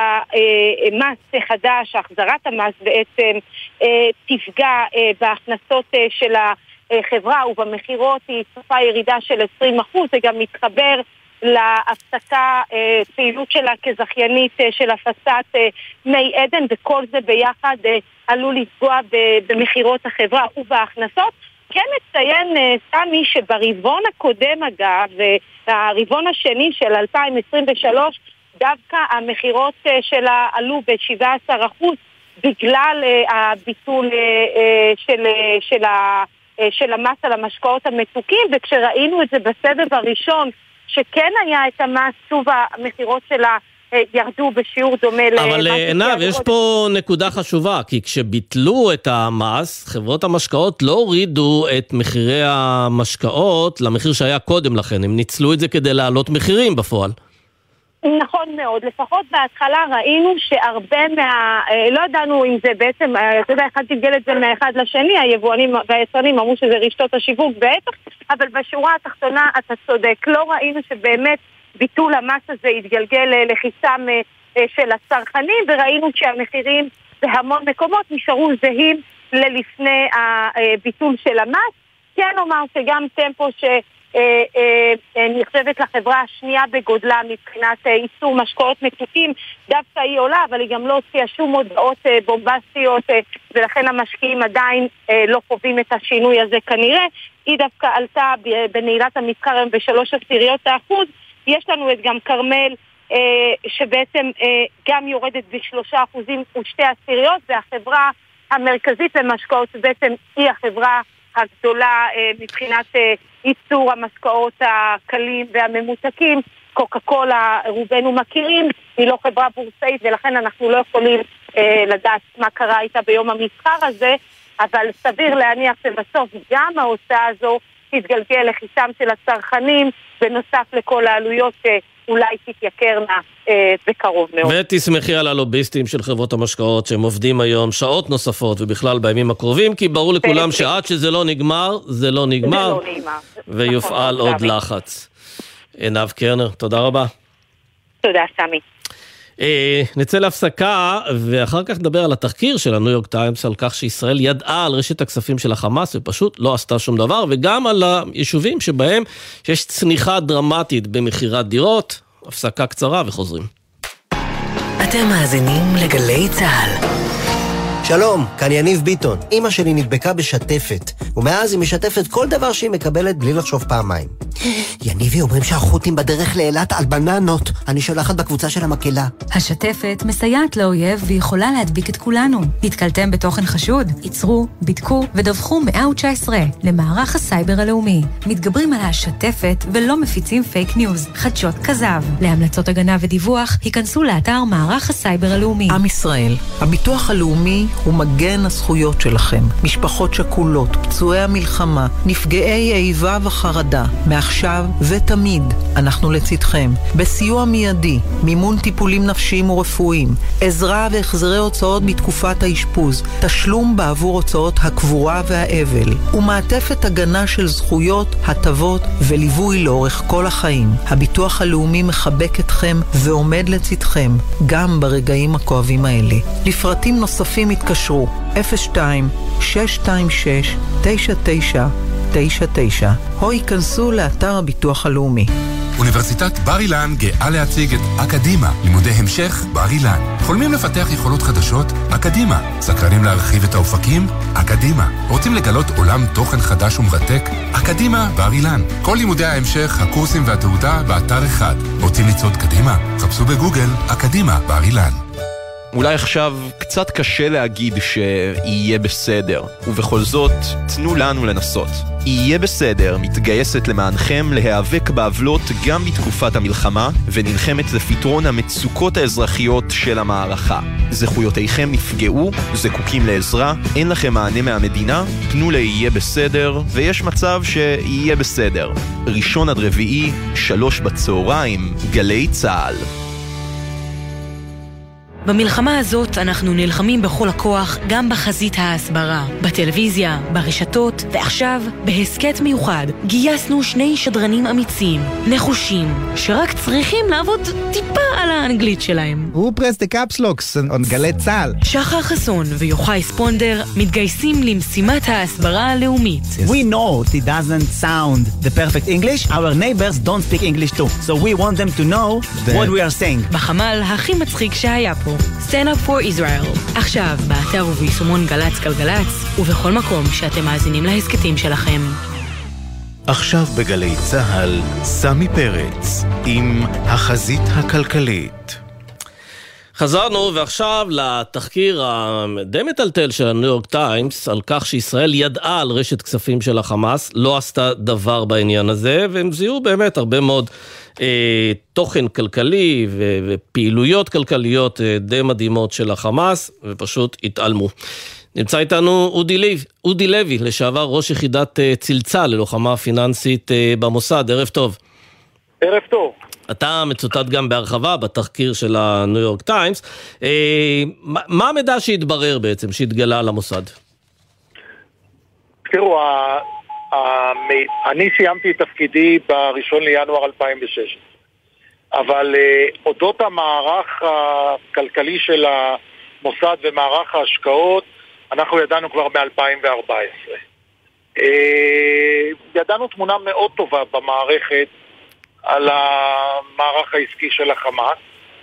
שהמס חדש, החזרת המס בעצם תפגע בהכנסות של החברה ובמחירות, היא צופה ירידה של 20%. זה גם מתחבר להפסקה פעילות שלה כזכיינית של הפצת מי עדן, וכל זה ביחד עלול לפגוע במחירות החברה ובהכנסות. כן נציין סמי שברבעון הקודם אגב, הרבעון השני של 2023, דווקא המחירות שלה עלו ב-17% בגלל הביטול של המס על המשקאות המתוקים, וכשראינו את זה בסבב הראשון שכן היה את המס, שוב המחירות שלה ירדו בשיעור דומה. אבל עינב, יש פה נקודה חשובה, כי כשביטלו את המס, חברות המשקאות לא הורידו את מחירי המשקאות למחיר שהיה קודם לכן, הם ניצלו את זה כדי להעלות מחירים בפועל. נכון מאוד, לפחות בהתחלה ראינו שהרבה לא ידענו אם זה בעצם, אתה יודע, אחד תגל את זה מאחד לשני, היבואנים והיצרנים אמרו שזה רשתות השיווק בטח, אבל בשורה התחתונה אתה צודק, לא ראינו שבאמת ביטול המס הזה יתגלגל לכיסם של הצרכנים, וראינו שהמחירים בהמון מקומות נשארו זהים ללפני הביטול של המס. כן אומר שגם טמפו נחשבת לחברה השנייה בגודלה מבחינת איסור משקאות מתוקים, דווקא היא עולה, אבל היא גם לא הוציאה שום הודעות בומבסטיות, ולכן המשקיעים עדיין לא חווים את השינוי הזה כנראה. היא דווקא עלתה בנעילת המסחר היום ב3%. יש לנו את גם קרמל, שבעצם גם יורדת ב3.2%, והחברה המרכזית למשקאות בעצם היא החברה הגדולה מבחינת ייצור המשקאות הקלים והממותקים. קוקה קולה רובנו מכירים, היא לא חברה בורסאית ולכן אנחנו לא יכולים לדעת מה קרה איתה ביום המסחר הזה, אבל סביר להניח שבסוף גם ההוצאה הזו תתגלגל לכיסם של הצרכנים, בנוסף לכל העלויות שאולי תתייקרנה בקרוב מאוד. ותסמכי על הלוביסטים של חברות המשקאות שהם עובדים היום שעות נוספות ובכלל בימים הקרובים, כי ברור לכולם שעד שזה לא נגמר, זה לא נגמר, ויופעל עוד לחץ. עינב קרנר, תודה רבה. תודה, סמי. נצא להפסקה, ואחר כך נדבר על התחקיר של הניו יורק טיימס, על כך שישראל ידעה על רשת הכספים של החמאס, ופשוט לא עשתה שום דבר, וגם על היישובים שבהם יש צניחה דרמטית במחירת דירות. הפסקה קצרה וחוזרים. אתם מאזינים לגלי צהל. שלום, כאן יניב ביטון. אמא שלי נדבקה בשתפת, ומאז היא משתפת כל דבר שהיא מקבלת בלי לחשוב פעמיים. יניבי, אומרים שהחות'ים בדרך לאילת על בננות. אני שולחת בקבוצה של המקהלה. השתפת מסייעת לאויב ויכולה להדביק את כולנו. נתקלתם בתוכן חשוד? ייצרו, בדקו ודווחו 119 למערך הסייבר הלאומי. מתגברים על השתפת ולא מפיצים פייק ניוז, חדשות כזב. להמלצות הגנה ודיווח, היכנסו לאתר מערך הסייבר הלאומי. עם ישראל, הביטוח הלאומי הוא מגן הזכויות שלכם. משפחות שכולות, פצועי המלחמה, נפגעי איבה וחרדה. מעכשיו ותמיד אנחנו לצדכם. בסיוע מיידי, מימון טיפולים נפשיים ורפואיים, עזרה והחזרי הוצאות בתקופת האשפוז, תשלום בעבור הוצאות הקבורה והאבל, ומעטפת הגנה של זכויות, הטבות וליווי לאורך כל החיים. הביטוח הלאומי מחבק אתכם ועומד לצדכם, גם ברגעים הכואבים האלה. לפרטים נוספים התקשרו 02-626-9999 או ייכנסו לאתר הביטוח הלאומי. אוניברסיטת בר אילן גאה להציג את אקדימה, לימודי המשך בר אילן. חולמים לפתח יכולות חדשות? אקדימה. סקרנים להרחיב את האופקים? אקדימה. רוצים לגלות עולם תוכן חדש ומרתק? אקדימה בר אילן. כל לימודי ההמשך, הקורסים והתעודה באתר אחד. רוצים לצעוד קדימה? חפשו בגוגל אקדימה בר אילן. אולי עכשיו קצת קשה להגיד שיהיה בסדר, ובכל זאת תנו לנו לנסות. יהיה בסדר מתגייסת למענכם להיאבק בעוולות גם בתקופת המלחמה, ונלחמת לפתרון המצוקות האזרחיות של המערכה. זכויותיכם נפגעו, זקוקים לעזרה, אין לכם מענה מהמדינה, פנו ליהיה בסדר, ויש מצב שיהיה בסדר. 1-4, 15:00, גלי צהל. במלחמה הזאת אנחנו נלחמים בכל הכוח, גם בחזית ההסברה, בטלוויזיה, ברשתות, ועכשיו, בהסקט מיוחד, גייסנו 2 שדרנים אמיצים, נחושים, שרק צריכים לעבוד טיפה על האנגלית שלהם. הוא press the caps locks on גלי צהל. שחר חסון ויוחאי ספונדר מתגייסים למשימת ההסברה הלאומית. We know it doesn't sound the perfect English. Our neighbors don't speak English too. So we want them to know what we are saying. בחמ"ל הכי מצחיק שהיה פה. Stand up for Israel. עכשיו, באתר וביישומון גלץ גלגלץ, ובכל מקום שאתם מאזינים להסקטים שלכם. עכשיו בגלי צהל, סמי פרץ, עם החזית הכלכלית. חזרנו, ועכשיו לתחקיר הדי מטלטל של הניו יורק טיימס, על כך שישראל ידעה על רשת כספים של החמאס, לא עשתה דבר בעניין הזה, והם זיהו באמת הרבה מאוד תוכן כלכלי ופעילויות כלכליות די מדהימות של החמאס, ופשוט התעלמו. נמצא איתנו אודי לוי, לשעבר ראש יחידת צלצל ללוחמה פיננסית במוסד. ערב טוב. ערב טוב. אתה מצוטט גם בהרחבה בתחקיר של הניו יורק טיימס. מה המידע שהתברר בעצם, שהתגלה על המוסד? תראו, אני סיימתי את תפקידי ב1 לינואר 2006, אבל אודות המערך הכלכלי של המוסד ומערך ההשקעות אנחנו ידענו כבר ב-2014. ידענו תמונה מאוד טובה במערכת על המערך העסקי של החמאס.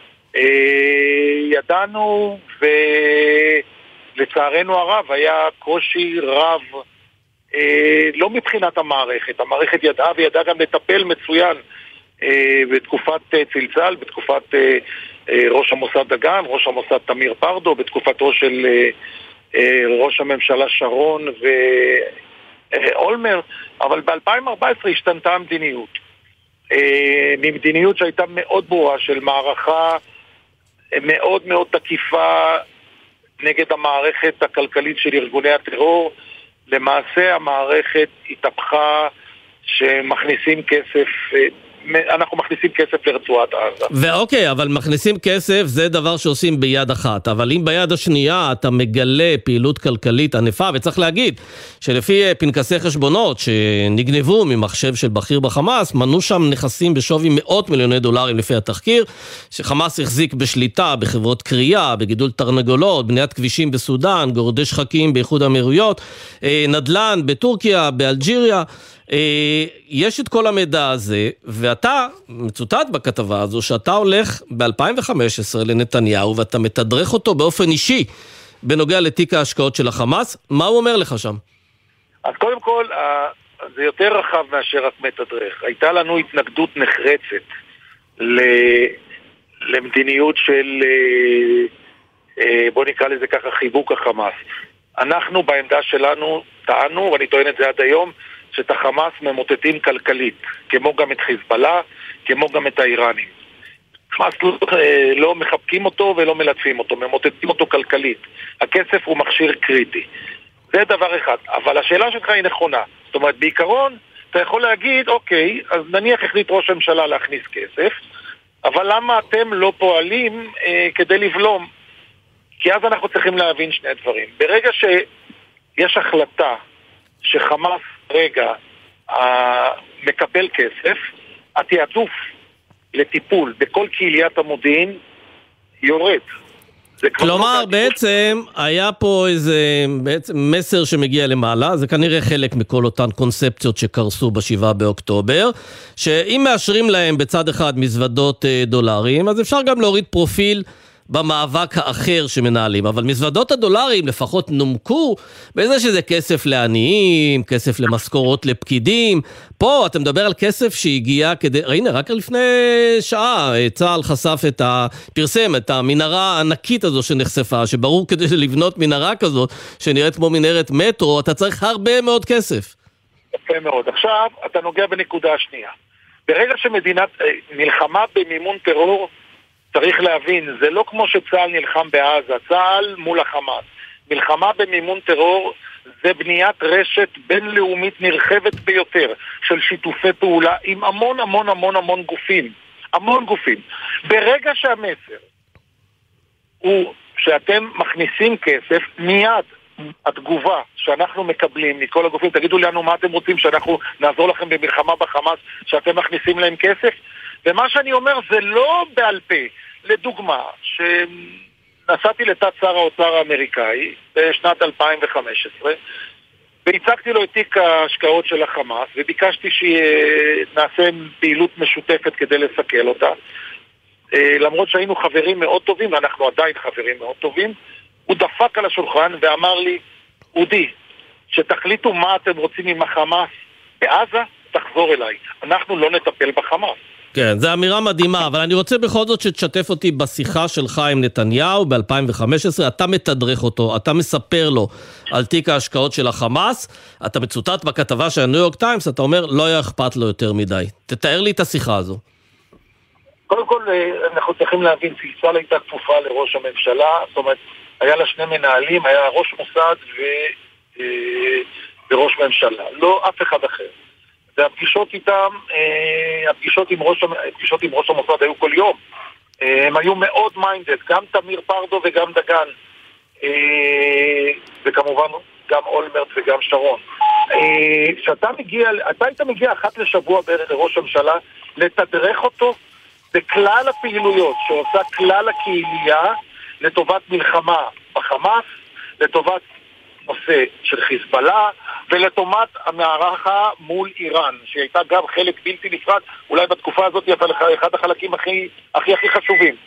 ידענו, ולצערנו הרב היה קושי רב, לא מבחינת המערכת. המערכת ידעה וידעה גם לטפל מצוין בתקופת צלצל, בתקופת ראש המוסד דגן, ראש המוסד תמיר פרדו, בתקופתו של ראש הממשלה שרון ואולמרט, אבל ב-2014 השתנתה המדיניות. ממדיניות שהייתה מאוד ברורה של מערכה מאוד מאוד תקיפה נגד המערכת הכלכלית של ארגוני הטרור. למעשה המערכת התהפכה שמכניסים כסף, אנחנו מכניסים כסף לרצועת עזה. ואוקיי, אבל מכניסים כסף זה דבר שעושים ביד אחת, אבל אם ביד השנייה אתה מגלה פעילות כלכלית ענפה, וצריך להגיד שלפי פנקסי חשבונות שנגנבו ממחשב של בכיר בחמאס, מנו שם נכסים בשווי $100 מיליון לפי התחקיר, שחמאס החזיק בשליטה בחברות קריאה, בגידול תרנגולות, בניית כבישים בסודן, גורדי שחקים באיחוד האמירויות, נדל"ן בטורקיה, באלג'יריה. יש את כל המידע הזה, ואתה מצוטט בכתבה הזו שאתה הולך ב-2015 לנתניהו ואתה מתדרך אותו באופן אישי בנוגע לתיק ההשקעות של החמאס. מה הוא אומר לך שם? אז קודם כל זה יותר רחב מאשר רק מתדרך. הייתה לנו התנגדות נחרצת למדיניות של, בוא נקרא לזה ככה, חיבוק החמאס. אנחנו בעמדה שלנו טענו, ואני טוען את זה עד היום, שאת החמאס ממוטטים כלכלית, כמו גם את חיזבאללה, כמו גם את האיראנים. חמאס לא מחבקים אותו ולא מלטפים אותו, ממוטטים אותו כלכלית. הכסף הוא מכשיר קריטי. זה דבר אחד. אבל השאלה שלך היא נכונה. זאת אומרת, בעיקרון, אתה יכול להגיד, אוקיי, אז נניח החליט ראש הממשלה להכניס כסף, אבל למה אתם לא פועלים כדי לבלום? כי אז אנחנו צריכים להבין שני דברים. ברגע שיש החלטה שחמאס רגע מקבל כסף, התיעדוף לטיפול בכל קהיליית המודיעין יורד. כלומר, בעצם היה פה איזה מסר שמגיע למעלה, זה כנראה חלק מכל אותן קונספציות שקרסו ב7 באוקטובר, שאם מאשרים להם בצד אחד מזוודות דולרים, אז אפשר גם להוריד פרופיל במאבק האחר שמנהלים, אבל מזוודות הדולרים לפחות נומקו באיזה שזה כסף לעניים, כסף למשכורות לפקידים. פה אתה מדבר על כסף שהגיע כדי, הנה, רק לפני שעה צה"ל חשף פרסם את המנהרה הענקית הזו שנחשפה, שברור כדי לבנות מנהרה כזאת שנראית כמו מנהרת מטרו, אתה צריך הרבה מאוד כסף. יפה מאוד. עכשיו אתה נוגע בנקודה השנייה. ברגע שמדינת מלחמה במימון טרור, צריך להבין, זה לא כמו שצה"ל נלחם בעזה, צה"ל מול החמאס. מלחמה במימון טרור זה בניית רשת בינלאומית נרחבת ביותר של שיתופי פעולה עם המון המון המון המון גופים. המון גופים. ברגע שהמסר הוא שאתם מכניסים כסף, מיד התגובה שאנחנו מקבלים מכל הגופים, תגידו לנו מה אתם רוצים שאנחנו נעזור לכם במלחמה בחמאס, שאתם מכניסים להם כסף. ומה שאני אומר זה לא בעל פה. לדוגמה, שנסעתי לתת שר האוצר האמריקאי בשנת 2015, והצגתי לו את תיק ההשקעות של החמאס, וביקשתי שנעשה פעילות משותפת כדי לסכל אותה. למרות שהיינו חברים מאוד טובים, ואנחנו עדיין חברים מאוד טובים, הוא דפק על השולחן ואמר לי, אודי, שתחליטו מה אתם רוצים עם החמאס בעזה, תחזור אליי. אנחנו לא נטפל בחמאס. כן, זו אמירה מדהימה, אבל אני רוצה בכל זאת שתשתף אותי בשיחה שלך עם נתניהו ב-2015, אתה מתדרך אותו, אתה מספר לו על תיק ההשקעות של החמאס, אתה מצוטט בכתבה של הניו יורק טיימס, אתה אומר, לא היה אכפת לו יותר מדי. תתאר לי את השיחה הזו. קודם כל, אנחנו צריכים להבין, צלצל הייתה כפופה לראש הממשלה, זאת אומרת, היה לה שני מנהלים, היה ראש מוסד וראש ממשלה, לא אף אחד אחר. והפגישות איתם, הפגישות עם ראש המוסד היו כל יום. הם היו מאוד מיינדד, גם תמיר פרדו וגם דגן. וכמובן גם אולמרט וגם שרון. אתה היית מגיע אחת לשבוע בערך לראש הממשלה, לתדרך אותו בכלל הפעילויות שעושה כלל הקהילייה לטובת מלחמה בחמאס, לטובת נושא של חיזבאללה, ולתומת המערכה מול איראן, שהייתה גם חלק בלתי נפרד, אולי בתקופה הזאת יצא לך אחד החלקים הכי חשובים.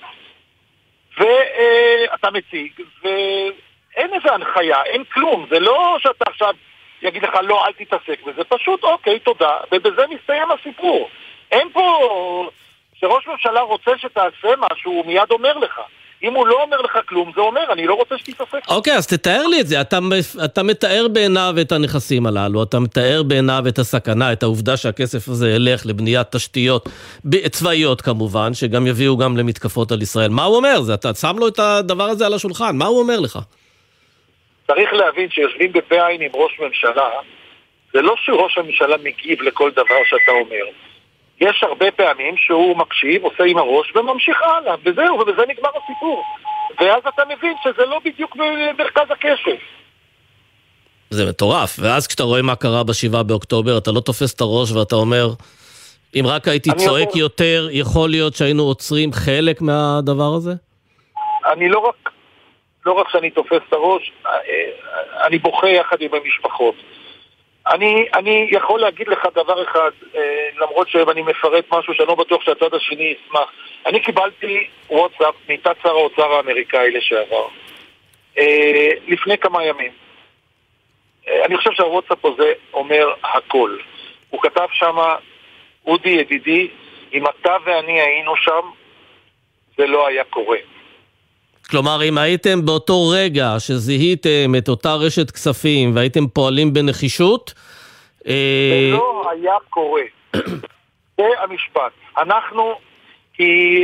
ואתה מציג, ואין איזה הנחיה, אין כלום, זה לא שאתה עכשיו יגיד לך לא, אל תתעסק בזה, פשוט אוקיי, תודה, ובזה מסתיים הסיפור. אין פה שראש ממשלה רוצה שתעשה משהו, הוא מיד אומר לך. אם הוא לא אומר לך כלום, זה אומר, אני לא רוצה שתתעסק. אוקיי, אז תתאר לי את זה. אתה מתאר בעיניו את הנכסים הללו, אתה מתאר בעיניו את הסכנה, את העובדה שהכסף הזה ילך לבניית תשתיות צבאיות כמובן, שגם יביאו גם למתקפות על ישראל. מה הוא אומר? אתה שם לו את הדבר הזה על השולחן, מה הוא אומר לך? צריך להבין שיושבים בפה עין עם ראש ממשלה, זה לא שראש הממשלה מגיב לכל דבר שאתה אומר. יש הרבה פעמים שהוא מקשיב, עושה עם הראש וממשיך הלאה, וזהו, ובזה נגמר הסיפור. ואז אתה מבין שזה לא בדיוק במרכז הכסף. זה מטורף, ואז כשאתה רואה מה קרה ב7 באוקטובר, אתה לא תופס את הראש ואתה אומר, אם רק הייתי צועק יותר, יכול להיות שהיינו עוצרים חלק מהדבר הזה? אני לא רק שאני תופס את הראש, אני בוכה יחד עם המשפחות. אני יכול להגיד לך דבר אחד, למרות שאני מפרט משהו שאני לא בטוח שהצד השני ישמח. אני קיבלתי וואטסאפ מתת שר האוצר האמריקאי לשעבר, לפני כמה ימים. אני חושב שהוואטסאפ הזה אומר הכל. הוא כתב שם, אודי ידידי, אם אתה ואני היינו שם, זה לא היה קורה. כלומר, אם הייתם באותו רגע שזיהיתם את אותה רשת כספים והייתם פועלים בנחישות, זה לא היה קורה. זה המשפט. אנחנו, כי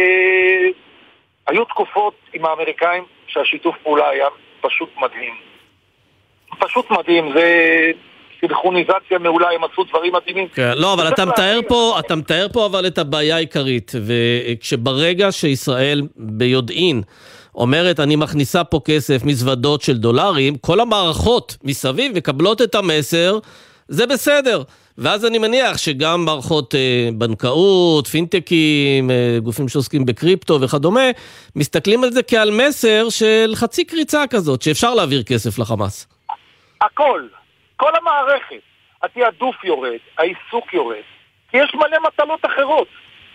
היו תקופות עם האמריקאים שהשיתוף פעולה היה פשוט מדהים. פשוט מדהים, זה סינכרוניזציה מעולה, הם עשו דברים מדהימים. כן, לא, אבל אתה מתאר פה אבל את הבעיה העיקרית, וכשברגע שישראל ביודעין אומרת, אני מכניסה פה כסף מזוודות של דולרים, כל המערכות מסביב מקבלות את המסר, זה בסדר. ואז אני מניח שגם מערכות בנקאות, פינטקים, גופים שעוסקים בקריפטו וכדומה, מסתכלים על זה כעל מסר של חצי קריצה כזאת, שאפשר להעביר כסף לחמאס. הכל, כל המערכת, התיעדוף יורד, העיסוק יורד, כי יש מלא מטלות אחרות.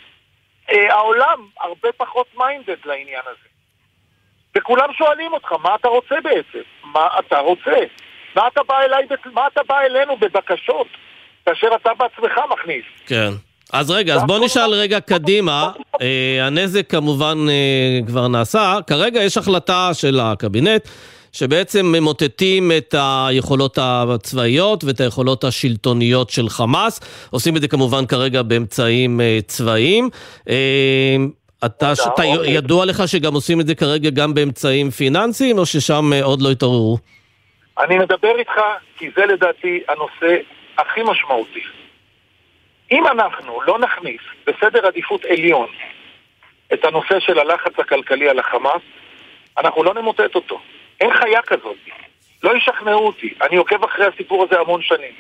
העולם הרבה פחות מיינדד לעניין הזה. וכולם שואלים אותך, מה אתה רוצה בעצם? מה אתה רוצה? מה אתה בא אלינו בבקשות, כאשר אתה בעצמך מכניס? כן. אז רגע, אז בוא נשאל רגע קדימה, הנזק כמובן כבר נעשה, כרגע יש החלטה של הקבינט, שבעצם ממוטטים את היכולות הצבאיות ואת היכולות השלטוניות של חמאס, עושים את זה כמובן כרגע באמצעים צבאיים, אתה ידוע לך שגם עושים את זה כרגע גם באמצעים פיננסיים, או ששם עוד לא התעוררו? אני מדבר איתך, כי זה לדעתי הנושא הכי משמעותי. אם אנחנו לא נכניס בסדר עדיפות עליון את הנושא של הלחץ הכלכלי על החמאס, אנחנו לא נמוטט אותו. אין חיה כזאת. לא ישכנעו אותי. אני עוקב אחרי הסיפור הזה המון שנים.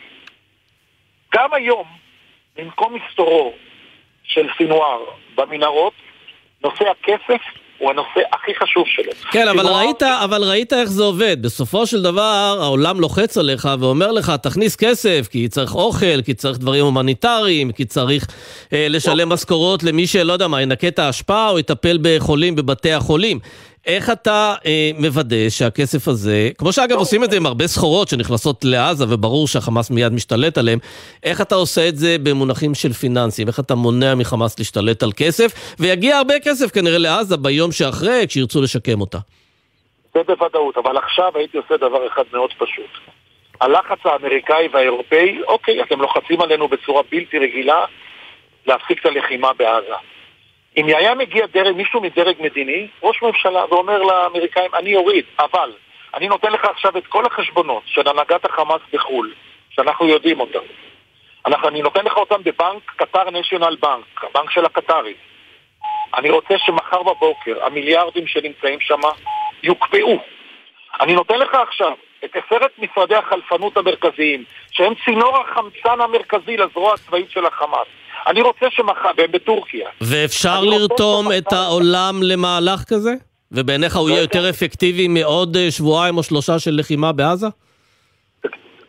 גם היום, במקום מסתורו של סינואר במנהרות, נושא הכסף הוא הנושא הכי חשוב שלו. כן, אבל ראית איך זה עובד. בסופו של דבר, העולם לוחץ עליך ואומר לך, תכניס כסף, כי צריך אוכל, כי צריך דברים הומניטריים, כי צריך לשלם משכורות למי שלא יודע מה, ינקה את ההשפעה או יטפל בחולים בבתי החולים. איך אתה מוודא שהכסף הזה, כמו שאגב עושים את זה עם הרבה סחורות שנכנסות לעזה, וברור שהחמאס מיד משתלט עליהם, איך אתה עושה את זה במונחים של פיננסים? איך אתה מונע מחמאס להשתלט על כסף, ויגיע הרבה כסף כנראה לעזה ביום שאחרי, כשירצו לשקם אותה? זה בוודאות, אבל עכשיו הייתי עושה דבר אחד מאוד פשוט. הלחץ האמריקאי והאירופאי, אוקיי, אתם לוחצים עלינו בצורה בלתי רגילה, להפסיק את הלחימה בעזה. אם היה מגיע מישהו מדרג מדיני, ראש ממשלה, ואומר לאמריקאים, אני אוריד, אבל אני נותן לך עכשיו את כל החשבונות של הנהגת החמאס בחול, שאנחנו יודעים אותם. אני נותן לך אותם בבנק קטר נשיונל בנק, הבנק של הקטרי. אני רוצה שמחר בבוקר המיליארדים שנמצאים שם יוקפאו. אני נותן לך עכשיו את 10 משרדי החלפנות המרכזיים, שהם צינור החמצן המרכזי לזרוע הצבאית של החמאס. אני רוצה שמחר, והם בטורקיה. ואפשר לרתום את העולם למהלך כזה? ובעיניך הוא יהיה יותר אפקטיבי מעוד שבועיים או 3 של לחימה בעזה?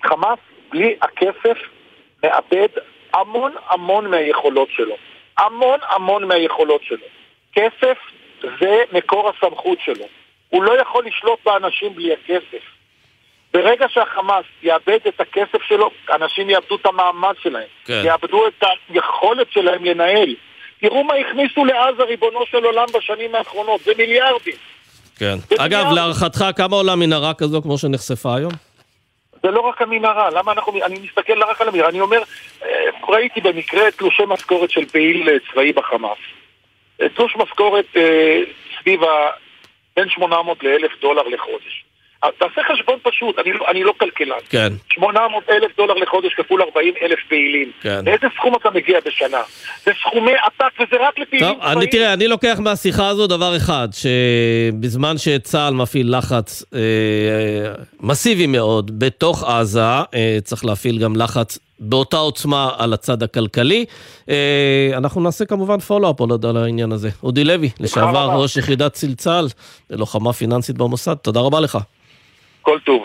חמאס בלי הכסף מאבד המון מהיכולות שלו. המון מהיכולות שלו. כסף זה מקור הסמכות שלו. הוא לא יכול לשלוט באנשים בלי הכסף. ברגע שהחמאס יאבד את הכסף שלו, אנשים יאבדו את המעמד שלהם. כן. יאבדו את היכולת שלהם לנהל. תראו מה הכניסו לעזה ריבונו של עולם בשנים האחרונות. זה מיליארדים. כן. אגב, להערכתך, כמה עולה מנהרה כזו כמו שנחשפה היום? זה לא רק המנהרה. למה אני מסתכל רק על המנהרה? אני אומר, ראיתי במקרה תלושי משכורת של פעיל צבאי בחמאס. תלוש משכורת סביב בין 800 ל$1,000 לחודש. תעשה חשבון פשוט, אני לא כלכלן. כן. $800,000 לחודש כפול 40,000 פעילים. כן. לאיזה סכום אתה מגיע בשנה? זה סכומי עתק וזה רק לפעילים צבאיים. תראה, אני לוקח מהשיחה הזו דבר אחד, שבזמן שצה"ל מפעיל לחץ מסיבי מאוד בתוך עזה, צריך להפעיל גם לחץ באותה עוצמה על הצד הכלכלי. אנחנו נעשה כמובן פולו-אפ על העניין הזה. אודי לוי, לשעבר ראש יחידת צלצל, לוחמה פיננסית במוסד, תודה רבה לך. כל טוב.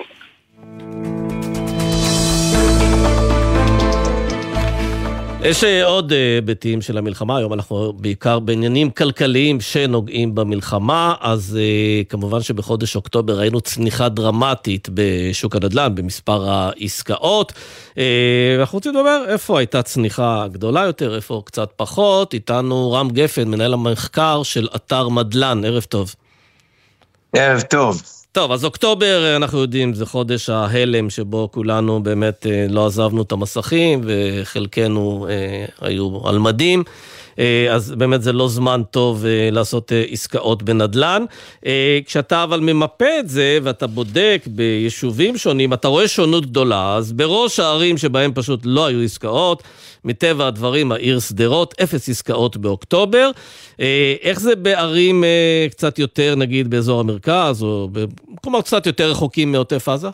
יש עוד היבטים של המלחמה, היום אנחנו בעיקר בעניינים כלכליים שנוגעים במלחמה, אז כמובן שבחודש אוקטובר ראינו צניחה דרמטית בשוק הנדל"ן, במספר העסקאות, ואנחנו רוצים לדבר איפה הייתה צניחה גדולה יותר, איפה קצת פחות. איתנו רם גפן, מנהל המחקר של אתר מדלן, ערב טוב. ערב טוב. טוב, אז אוקטובר, אנחנו יודעים, זה חודש ההלם שבו כולנו באמת לא עזבנו את המסכים, וחלקנו היו על מדים, אז באמת זה לא זמן טוב לעשות עסקאות בנדלן. כשאתה אבל ממפה את זה, ואתה בודק ביישובים שונים, אתה רואה שונות גדולה, אז בראש הערים שבהם פשוט לא היו עסקאות, מטבע הדברים, העיר סדרות, 0 עסקאות באוקטובר. איך זה בערים קצת יותר, נגיד, באזור המרכז, או במקומות קצת יותר רחוקים מעוטף עזה?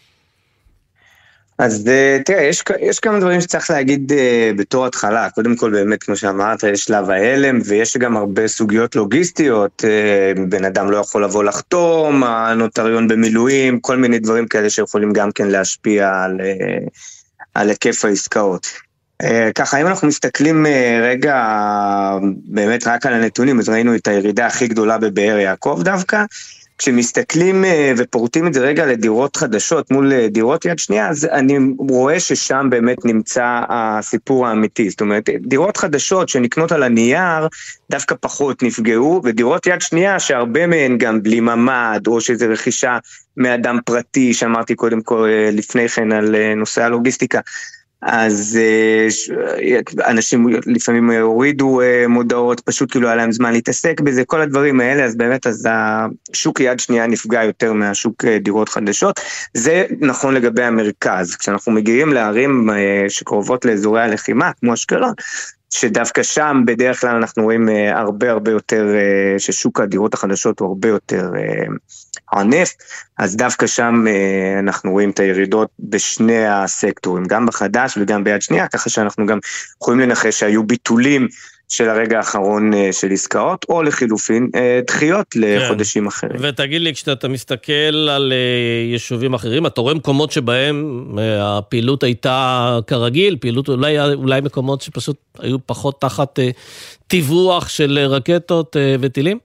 אז תראה, יש כמה דברים שצריך להגיד בתור התחלה. קודם כל, באמת, כמו שאמרת, יש שלב ההלם, ויש גם הרבה סוגיות לוגיסטיות. בן אדם לא יכול לבוא לחתום, הנוטריון במילואים, כל מיני דברים כאלה שיכולים גם כן להשפיע על היקף העסקאות. ככה, אם אנחנו מסתכלים רגע באמת רק על הנתונים, אז ראינו את הירידה הכי גדולה בבאר יעקב דווקא. כשמסתכלים ופורטים את זה רגע לדירות חדשות מול דירות יד שנייה, אז אני רואה ששם באמת נמצא הסיפור האמיתי. זאת אומרת, דירות חדשות שנקנות על הנייר דווקא פחות נפגעו, ודירות יד שנייה שהרבה מהן גם בלי ממד, או שזה רכישה מאדם פרטי, שאמרתי קודם כל לפני כן על נושא הלוגיסטיקה, אז אנשים לפעמים הורידו מודעות, פשוט כאילו היה להם זמן להתעסק בזה, כל הדברים האלה, אז באמת אז השוק יד שנייה נפגע יותר מהשוק דירות חדשות. זה נכון לגבי המרכז. כשאנחנו מגיעים לערים שקרובות לאזורי הלחימה, כמו אשקלון, שדווקא שם בדרך כלל אנחנו רואים הרבה יותר, ששוק הדירות החדשות הוא הרבה יותר ענף, אז דווקא שם אנחנו רואים את הירידות בשני הסקטורים, גם בחדש וגם ביד שנייה, ככה שאנחנו גם יכולים לנחש שהיו ביטולים של הרגע האחרון של עסקאות, או לחילופין דחיות לחודשים אחרים. ותגיד לי, כשאתה מסתכל על יישובים אחרים, אתה רואה מקומות שבהם הפעילות הייתה כרגיל, פעילות אולי מקומות שפשוט היו פחות תחת טיווח של רקטות וטילים?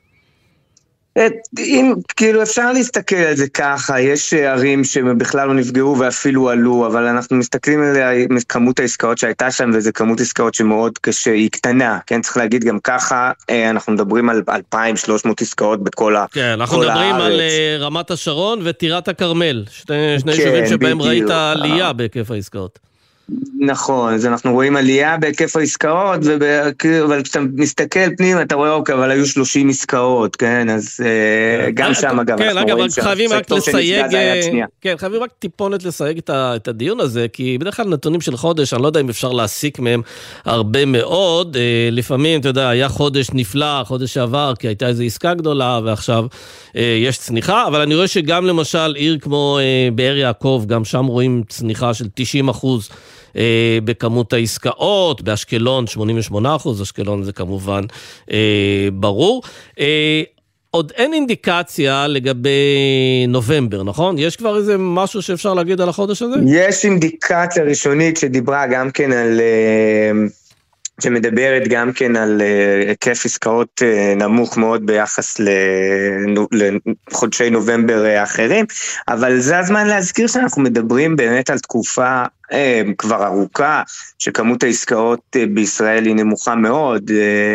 אם, כאילו אפשר להסתכל על זה ככה, יש ערים שבכלל לא נפגעו ואפילו עלו, אבל אנחנו מסתכלים על כמות העסקאות שהייתה שם, וזה כמות עסקאות שמאוד קשה, היא קטנה, כן, צריך להגיד גם ככה, אנחנו מדברים על 2,300 עסקאות בכל הארץ. כן, אנחנו מדברים על רמת השרון וטירת הכרמל, שני יישובים שבהם ראית עלייה בהיקף העסקאות. נכון, אז אנחנו רואים עלייה בהיקף העסקאות, אבל כשאתה מסתכל פנים, אתה רואה, אוקיי, אבל היו 30 עסקאות, כן, אז גם שם, אגב, אנחנו רואים שהסקטור שנפגע זה היד שנייה. כן, חייבים רק טיפונת לסייג את הדיון הזה, כי בדרך כלל נתונים של חודש, אני לא יודע אם אפשר להסיק מהם הרבה מאוד, לפעמים, אתה יודע, היה חודש נפלא, חודש שעבר, כי הייתה איזו עסקה גדולה, ועכשיו יש צניחה, אבל אני רואה שגם למשל עיר כמו באר יעקב, גם שם רואים צניחה של 90%, בכמות העסקאות, באשקלון 88%, אשקלון זה כמובן ברור. עוד אין אינדיקציה לגבי נובמבר, נכון? יש כבר איזה משהו שאפשר להגיד על החודש הזה? יש אינדיקציה ראשונית שדיברה גם כן על... שמדברת גם כן על היקף עסקאות נמוך מאוד ביחס לחודשי נובמבר האחרים, אבל זה הזמן להזכיר שאנחנו מדברים באמת על תקופה כבר ארוכה, שכמות העסקאות בישראל היא נמוכה מאוד,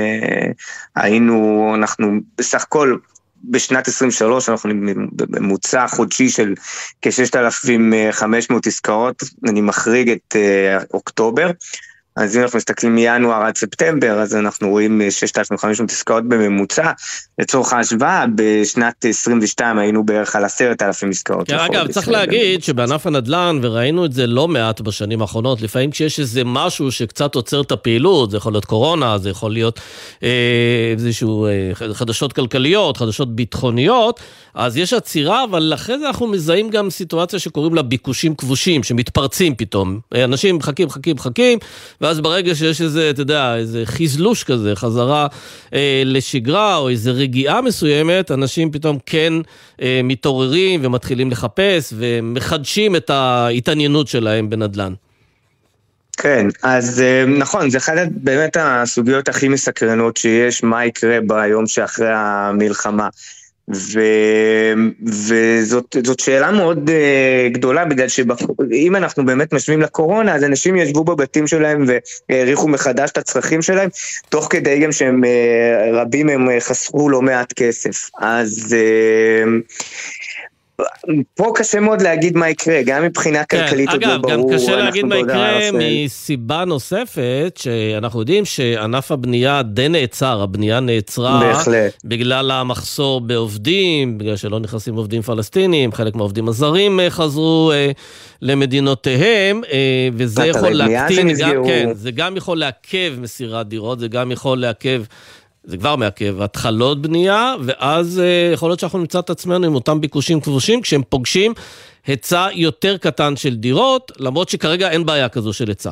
אנחנו בסך הכל, בשנת 23 אנחנו בממוצע חודשי של כ-6,500 עסקאות, אני מחריג את אוקטובר, אז אם אנחנו מסתכלים מינואר עד ספטמבר, אז אנחנו רואים 6,500 עסקאות בממוצע. לצורך ההשוואה, בשנת 22 היינו בערך על 10,000 עסקאות. כן, אגב, צריך להגיד שבענף הנדל"ן, וראינו את זה לא מעט בשנים האחרונות, לפעמים כשיש איזה משהו שקצת עוצר את הפעילות, זה יכול להיות קורונה, זה יכול להיות איזשהו חדשות כלכליות, חדשות ביטחוניות, אז יש עצירה, אבל אחרי זה אנחנו מזהים גם סיטואציה שקוראים לה ביקושים כבושים, שמתפרצים פתאום. אנשים מחכים, ואז ברגע שיש איזה, אתה יודע, איזה חיזלוש כזה, חזרה לשגרה, או איזה רגיעה מסוימת, אנשים פתאום כן מתעוררים ומתחילים לחפש, ומחדשים את ההתעניינות שלהם בנדל"ן. כן, אז נכון, זה אחת באמת הסוגיות הכי מסקרנות שיש, מה יקרה ביום שאחרי המלחמה. וזאת שאלה מאוד גדולה, בגלל שאם אנחנו באמת משווים לקורונה, אז אנשים ישבו בבתים שלהם והעריכו מחדש את הצרכים שלהם, תוך כדי גם שהם רבים הם חסכו לא מעט כסף. אז פה קשה מאוד להגיד מה יקרה, גם מבחינה כלכלית עוד לא ברור. אגב, גם קשה להגיד מה יקרה מסיבה נוספת, שאנחנו יודעים שענף הבנייה די נעצר, הבנייה נעצרה בגלל המחסור בעובדים, בגלל שלא נכנסים עובדים פלסטינים, חלק מהעובדים הזרים חזרו למדינותיהם, וזה יכול להקטין, זה גם יכול לעכב מסירת דירות, זה גם יכול לעכב, זה כבר מעכב, התחלות בנייה, ואז יכול להיות שאנחנו נמצא את עצמנו עם אותם ביקושים כבושים, כשהם פוגשים היצע יותר קטן של דירות, למרות שכרגע אין בעיה כזו של היצע.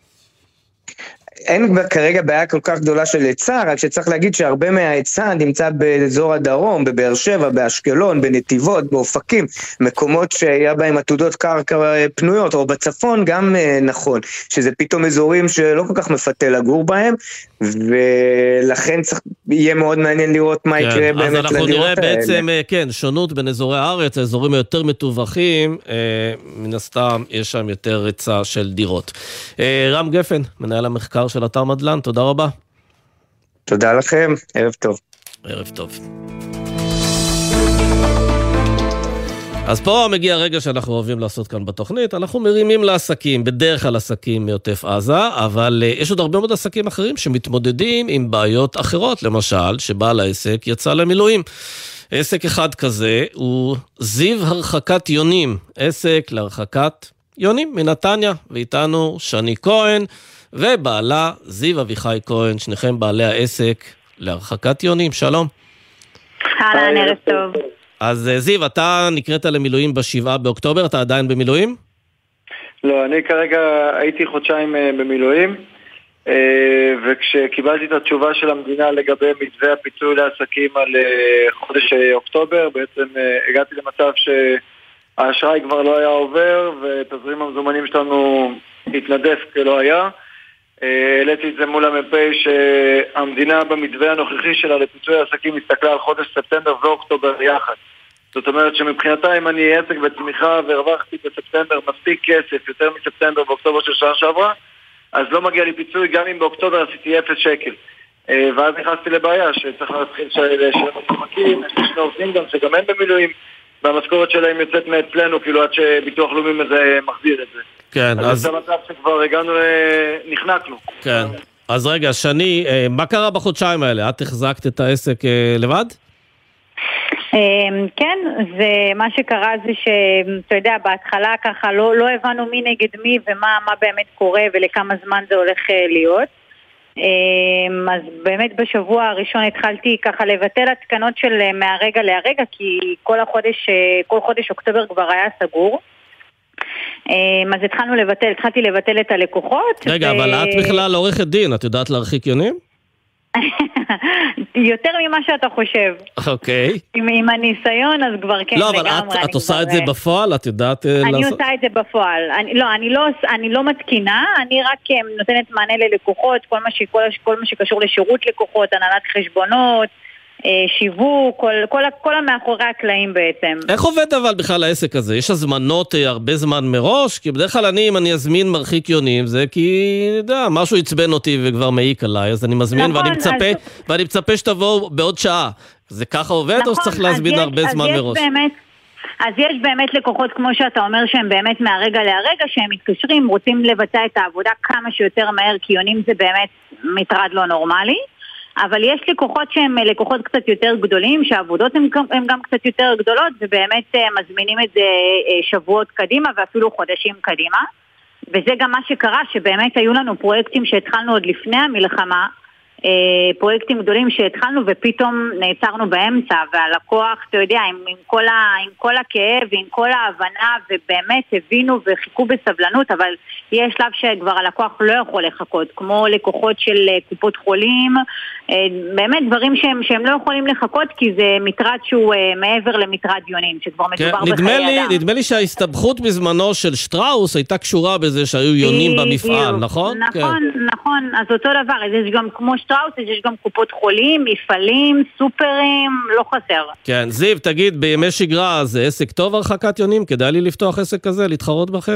אין כרגע בעיה כל כך גדולה של היצע, רק שצריך להגיד שהרבה מההיצע נמצא באזור הדרום, בבאר שבע, באשקלון, בנתיבות, באופקים, מקומות שהיה בהם עתודות קרקע פנויות, או בצפון גם נכון, שזה פתאום אזורים שלא כל כך מפתה לגור בהם, ולכן יהיה מאוד מעניין לראות מה יקרה באמת לדירות האלה. אז אנחנו נראה בעצם, כן, שונות בין אזורי הארץ, האזורים היותר מטווחים, מן הסתם יש שם יותר היצע של דירות. רם גפן, מנהל המחקר של אתר מדלן, תודה רבה. תודה לכם, ערב טוב. ערב טוב. אז פה מגיע הרגע שאנחנו אוהבים לעשות כאן בתוכנית, אנחנו מרימים לעסקים, בדרך כלל עסקים מעוטף עזה, אבל יש עוד הרבה מאוד עסקים אחרים שמתמודדים עם בעיות אחרות, למשל, שבעל העסק יצא למילואים. עסק אחד כזה הוא זיו הרחקת יונים, עסק להרחקת יונים מנתניה, ואיתנו שני כהן, ובעלה זיו אביחי כהן, שניכם בעלי העסק להרחקת יונים, שלום. אהלן, ערב טוב. אז זיו, אתה נקראת למילואים ב7 באוקטובר, אתה עדיין במילואים? לא, אני כרגע הייתי חודשיים במילואים, וכשקיבלתי את התשובה של המדינה לגבי מתווה הפיצוי לעסקים על חודש אוקטובר, בעצם הגעתי למצב שהאשראי כבר לא היה עובר, ותזרים המזומנים שלנו התנדף כלא היה. העליתי את זה מול המ"פ שהמדינה במתווה הנוכחי שלה לפיצוי העסקים הסתכלה על חודש ספטמבר ואוקטובר יחד. זאת אומרת שמבחינתה אם אני עסק בצמיחה והרווחתי בספטמבר מספיק כסף יותר מספטמבר ואוקטובר של שנה שעברה, אז לא מגיע לי פיצוי גם אם באוקטובר עשיתי 0 שקל. ואז נכנסתי לבעיה שצריך להתחיל לשלם מסמכים, יש לי שני עובדים גם שגם הם במילואים, והמשכורת שלהם יוצאת מאצלנו כאילו עד שביטוח לאומי מחזיר את זה. כן, אז זה מצב שכבר הגענו, נחנקנו. כן, אז רגע, שני, מה קרה בחודשיים האלה? את החזקת את העסק לבד? כן, מה שקרה זה שאתה יודע, בהתחלה ככה לא הבנו מי נגד מי ומה באמת קורה ולכמה זמן זה הולך להיות. אז באמת בשבוע הראשון התחלתי ככה לבטל התקנות של מהרגע להרגע, כי כל חודש אוקטובר כבר היה סגור. אז התחלתי לבטל את הלקוחות. רגע, אבל את בכלל עורכת דין, את יודעת להרחיק יונים? יותר ממה שאתה חושב. אוקיי. עם הניסיון, אז כבר כן. לא, אבל את עושה את זה בפועל? את יודעת אני עושה את זה בפועל. אני לא מתקינה, אני רק נותנת מענה ללקוחות, כל מה שקשור לשירות לקוחות, הנהלת חשבונות, שיווק, כל המאחורי הקלעים בעצם. איך עובד אבל בכלל העסק הזה? יש הזמנות הרבה זמן מראש? כי בדרך כלל אם אני אזמין מרחיק יונים, זה כי, משהו יצבן אותי וכבר מעיק עליי, אז אני מזמין ואני מצפה שתבואו בעוד שעה. זה ככה עובד או שצריך להזמין הרבה זמן מראש? אז יש באמת לקוחות, כמו שאתה אומר, שהם באמת מהרגע להרגע, שהם מתקשרים, רוצים לבצע את העבודה כמה שיותר מהר, כי יונים זה באמת מטרד לא נורמלי. אבל יש לקוחות שהם לקוחות קצת יותר גדולים, שהעבודות הן גם קצת יותר גדולות, ובאמת מזמינים את זה שבועות קדימה ואפילו חודשים קדימה. וזה גם מה שקרה, שבאמת היו לנו פרויקטים שהתחלנו עוד לפני המלחמה, פרויקטים גדולים שהתחלנו ופתאום נעצרנו באמצע, והלקוח, אתה יודע, עם כל הכאב ועם כל ההבנה, ובאמת הבינו וחיכו בסבלנות, אבל יש שלב שכבר הלקוח לא יכול לחכות, כמו לקוחות של קופות חולים, באמת דברים שהם לא יכולים לחכות, כי זה מטרד שהוא מעבר למטרד יונים, שכבר מדובר בחיי אדם. נדמה לי שההסתבכות בזמנו של שטראוס הייתה קשורה בזה שהיו יונים במפעל, נכון? נכון, אז אותו דבר, יש גם כמו שטראוס, יש גם קופות חולים, מפעלים, סופרים, לא חסר. כן, זיו, תגיד, בימי שגרה זה עסק טוב הרחקת יונים? כדאי לי לפתוח עסק כזה, להתחרות בכם?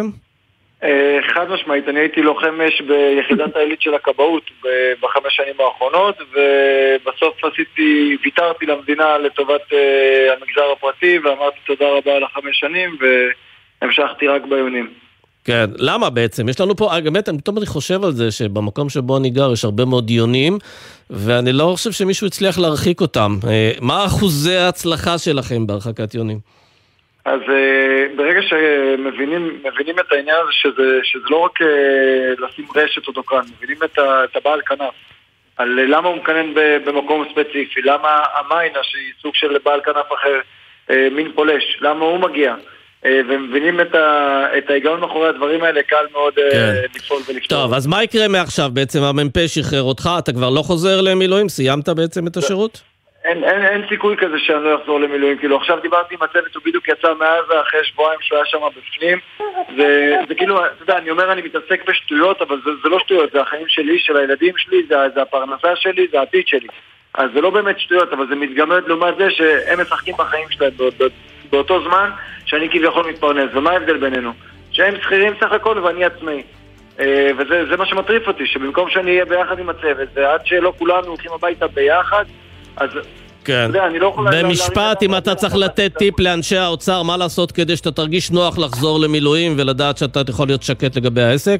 חד משמעית, אני הייתי לוחם אש ביחידת העילית של הכבאות ב5 שנים האחרונות, ובסוף ויתרתי למדינה לטובת המגזר הפרטי, ואמרתי תודה רבה על 5 שנים, והמשכתי רק ביונים. כן, למה בעצם? יש לנו פה, באמת, אני חושב על זה שבמקום שבו אני גר יש הרבה מאוד דיונים, ואני לא חושב שמישהו הצליח להרחיק אותם. מה אחוזי ההצלחה שלכם בהרחקת דיונים? אז ברגע שמבינים את העניין הזה, שזה לא רק לשים רשת או דוקרן, מבינים את הבעל כנף, על למה הוא מקנן במקום ספציפי, למה המיינה שהיא סוג של בעל כנף אחר, מין פולש, למה הוא מגיע, ומבינים את ההיגיון מאחורי הדברים האלה, קל מאוד לפעול ולפתור. טוב, אז מה יקרה מעכשיו? בעצם המ"פ שחרר אותך, אתה כבר לא חוזר למילואים? סיימת בעצם את השירות? אין סיכוי כזה שאני לא אחזור למילואים, כאילו עכשיו דיברתי עם הצוות, הוא בדיוק יצא מעזה אחרי שבועיים שהוא היה שם בפנים, זה כאילו, אתה יודע, אני אומר אני מתעסק בשטויות, אבל זה לא שטויות, זה החיים שלי, של הילדים שלי, זה הפרנסה שלי, זה העתיד שלי, אז זה לא באמת שטויות, אבל זה מתגמד לעומת זה שהם משחקים בחיים שלהם באותו זמן שאני כביכול מתפרנס, ומה ההבדל בינינו? שהם שכירים סך הכל ואני עצמאי, וזה מה שמטריף אותי, שבמקום שאני אהיה ביחד עם הצוות, ועד שלא כולנו הולכים הביתה ביחד, אז כן. במשפט, אם אתה צריך לתת טיפ לאנשי האוצר, מה לעשות כדי שאתה תרגיש נוח לחזור למילואים ולדעת שאתה יכול להיות שקט לגבי העסק?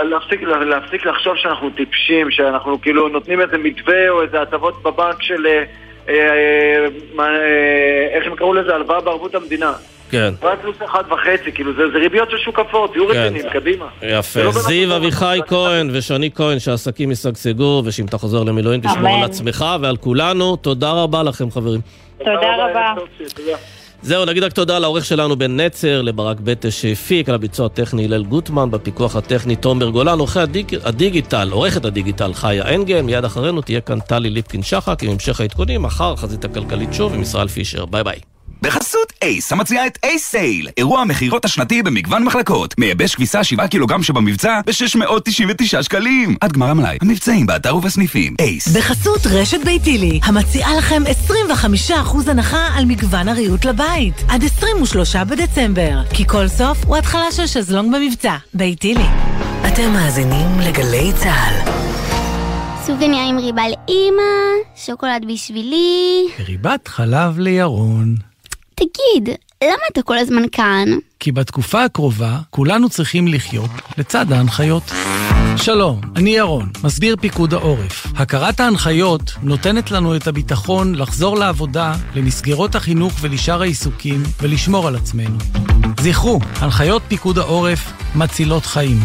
להפסיק לחשוב שאנחנו טיפשים, שאנחנו כאילו נותנים איזה מתווה או איזה הטבות בבנק של איך הם קראו לזה? הלוואה בערבות המדינה. כן. רק פלוס 1.5, כאילו זה ריביות של שוק אפור, תהיו רציניים, קדימה. יפה. זיו אביחי כהן ושני כהן, שהעסקים ישגשגו, ושאם אתה חוזר למילואים תשמור על עצמך ועל כולנו. תודה רבה לכם חברים. תודה רבה. זהו, נגיד רק תודה לעורך שלנו בן נצר, לברק בטש שהפיק, על הביצוע הטכני הלל גוטמן, בפיקוח הטכני תומר גולן, עורכת הדיגיטל חיה אנגל. מיד אחרינו תהיה כאן טלי ליפקין שחק עם המשך העדכונים, מחר חזית הכלכלית שוב עם ישראל פישר. ביי ביי. בחסות אייס, המציעה את אייס סייל, אירוע המחירות השנתי במגוון מחלקות. מייבש כביסה 7 קילוגרם שבמבצע ב-699 שקלים. עד גמר המלאי, המבצעים באתר ובסניפים. אייס. בחסות רשת ביתילי, המציעה לכם 25% הנחה על מגוון הריהוט לבית. עד 23 בדצמבר. כי כל סוף הוא התחלה של שזלונג במבצע. ביתילי. אתם מאזינים לגלי צהל. סופגניה עם ריבה לאמא, שוקולד בשבילי. וריבת חלב לירון. תגיד, למה אתה כל הזמן כאן? כי בתקופה הקרובה כולנו צריכים לחיות לצד ההנחיות. שלום, אני ירון, מסביר פיקוד העורף. הכרת ההנחיות נותנת לנו את הביטחון לחזור לעבודה, למסגרות החינוך ולשאר העיסוקים ולשמור על עצמנו. זכרו, הנחיות פיקוד העורף מצילות חיים.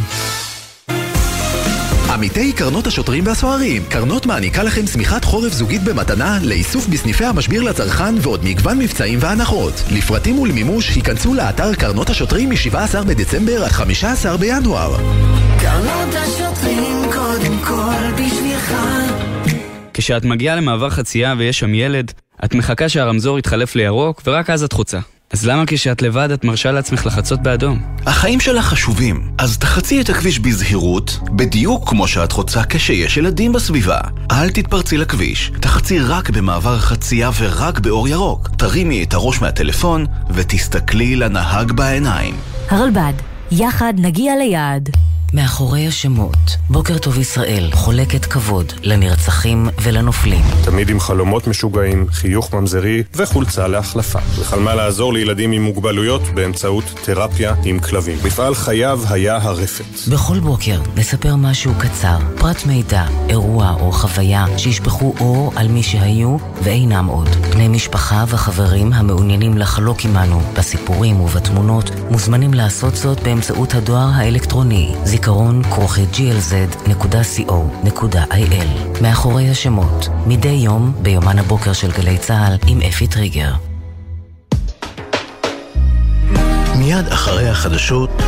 עמיתי קרנות השוטרים והסוהרים. קרנות מעניקה לכם שמיכת חורף זוגית במתנה לאיסוף בסניפי המשביר לצרכן ועוד מגוון מבצעים והנחות. לפרטים ולמימוש היכנסו לאתר קרנות השוטרים מ-17 בדצמבר עד 15 בינואר. קרנות השוטרים קודם כל בשבילך. כשאת מגיעה למעבר חצייה ויש שם ילד, את מחכה שהרמזור יתחלף לירוק ורק אז את חוצה. אז למה כשאת לבד את מרשה לעצמך לחצות באדום? החיים שלך חשובים, אז תחצי את הכביש בזהירות, בדיוק כמו שאת חוצה כשיש ילדים בסביבה. אל תתפרצי לכביש, תחצי רק במעבר חצייה ורק באור ירוק. תרימי את הראש מהטלפון ותסתכלי לנהג בעיניים. הרלב"ד, יחד נגיע ליעד. מאחורי השמות, בוקר טוב ישראל חולקת כבוד לנרצחים ולנופלים. תמיד עם חלומות משוגעים, חיוך ממזרי וחולצה להחלפה. וחלמה לעזור לילדים עם מוגבלויות באמצעות תרפיה עם כלבים. מפעל חייו היה הרפת. בכל בוקר נספר משהו קצר, פרט מידע, אירוע או חוויה שישפכו אור על מי שהיו ואינם עוד. בני משפחה וחברים המעוניינים לחלוק עמנו בסיפורים ובתמונות מוזמנים לעשות זאת באמצעות הדואר האלקטרוני זיכרון@glz.co.il. מאחורי השמות, מדי יום ביומן הבוקר של גלי צהל עם אפי טריגר. מיד אחרי החדשות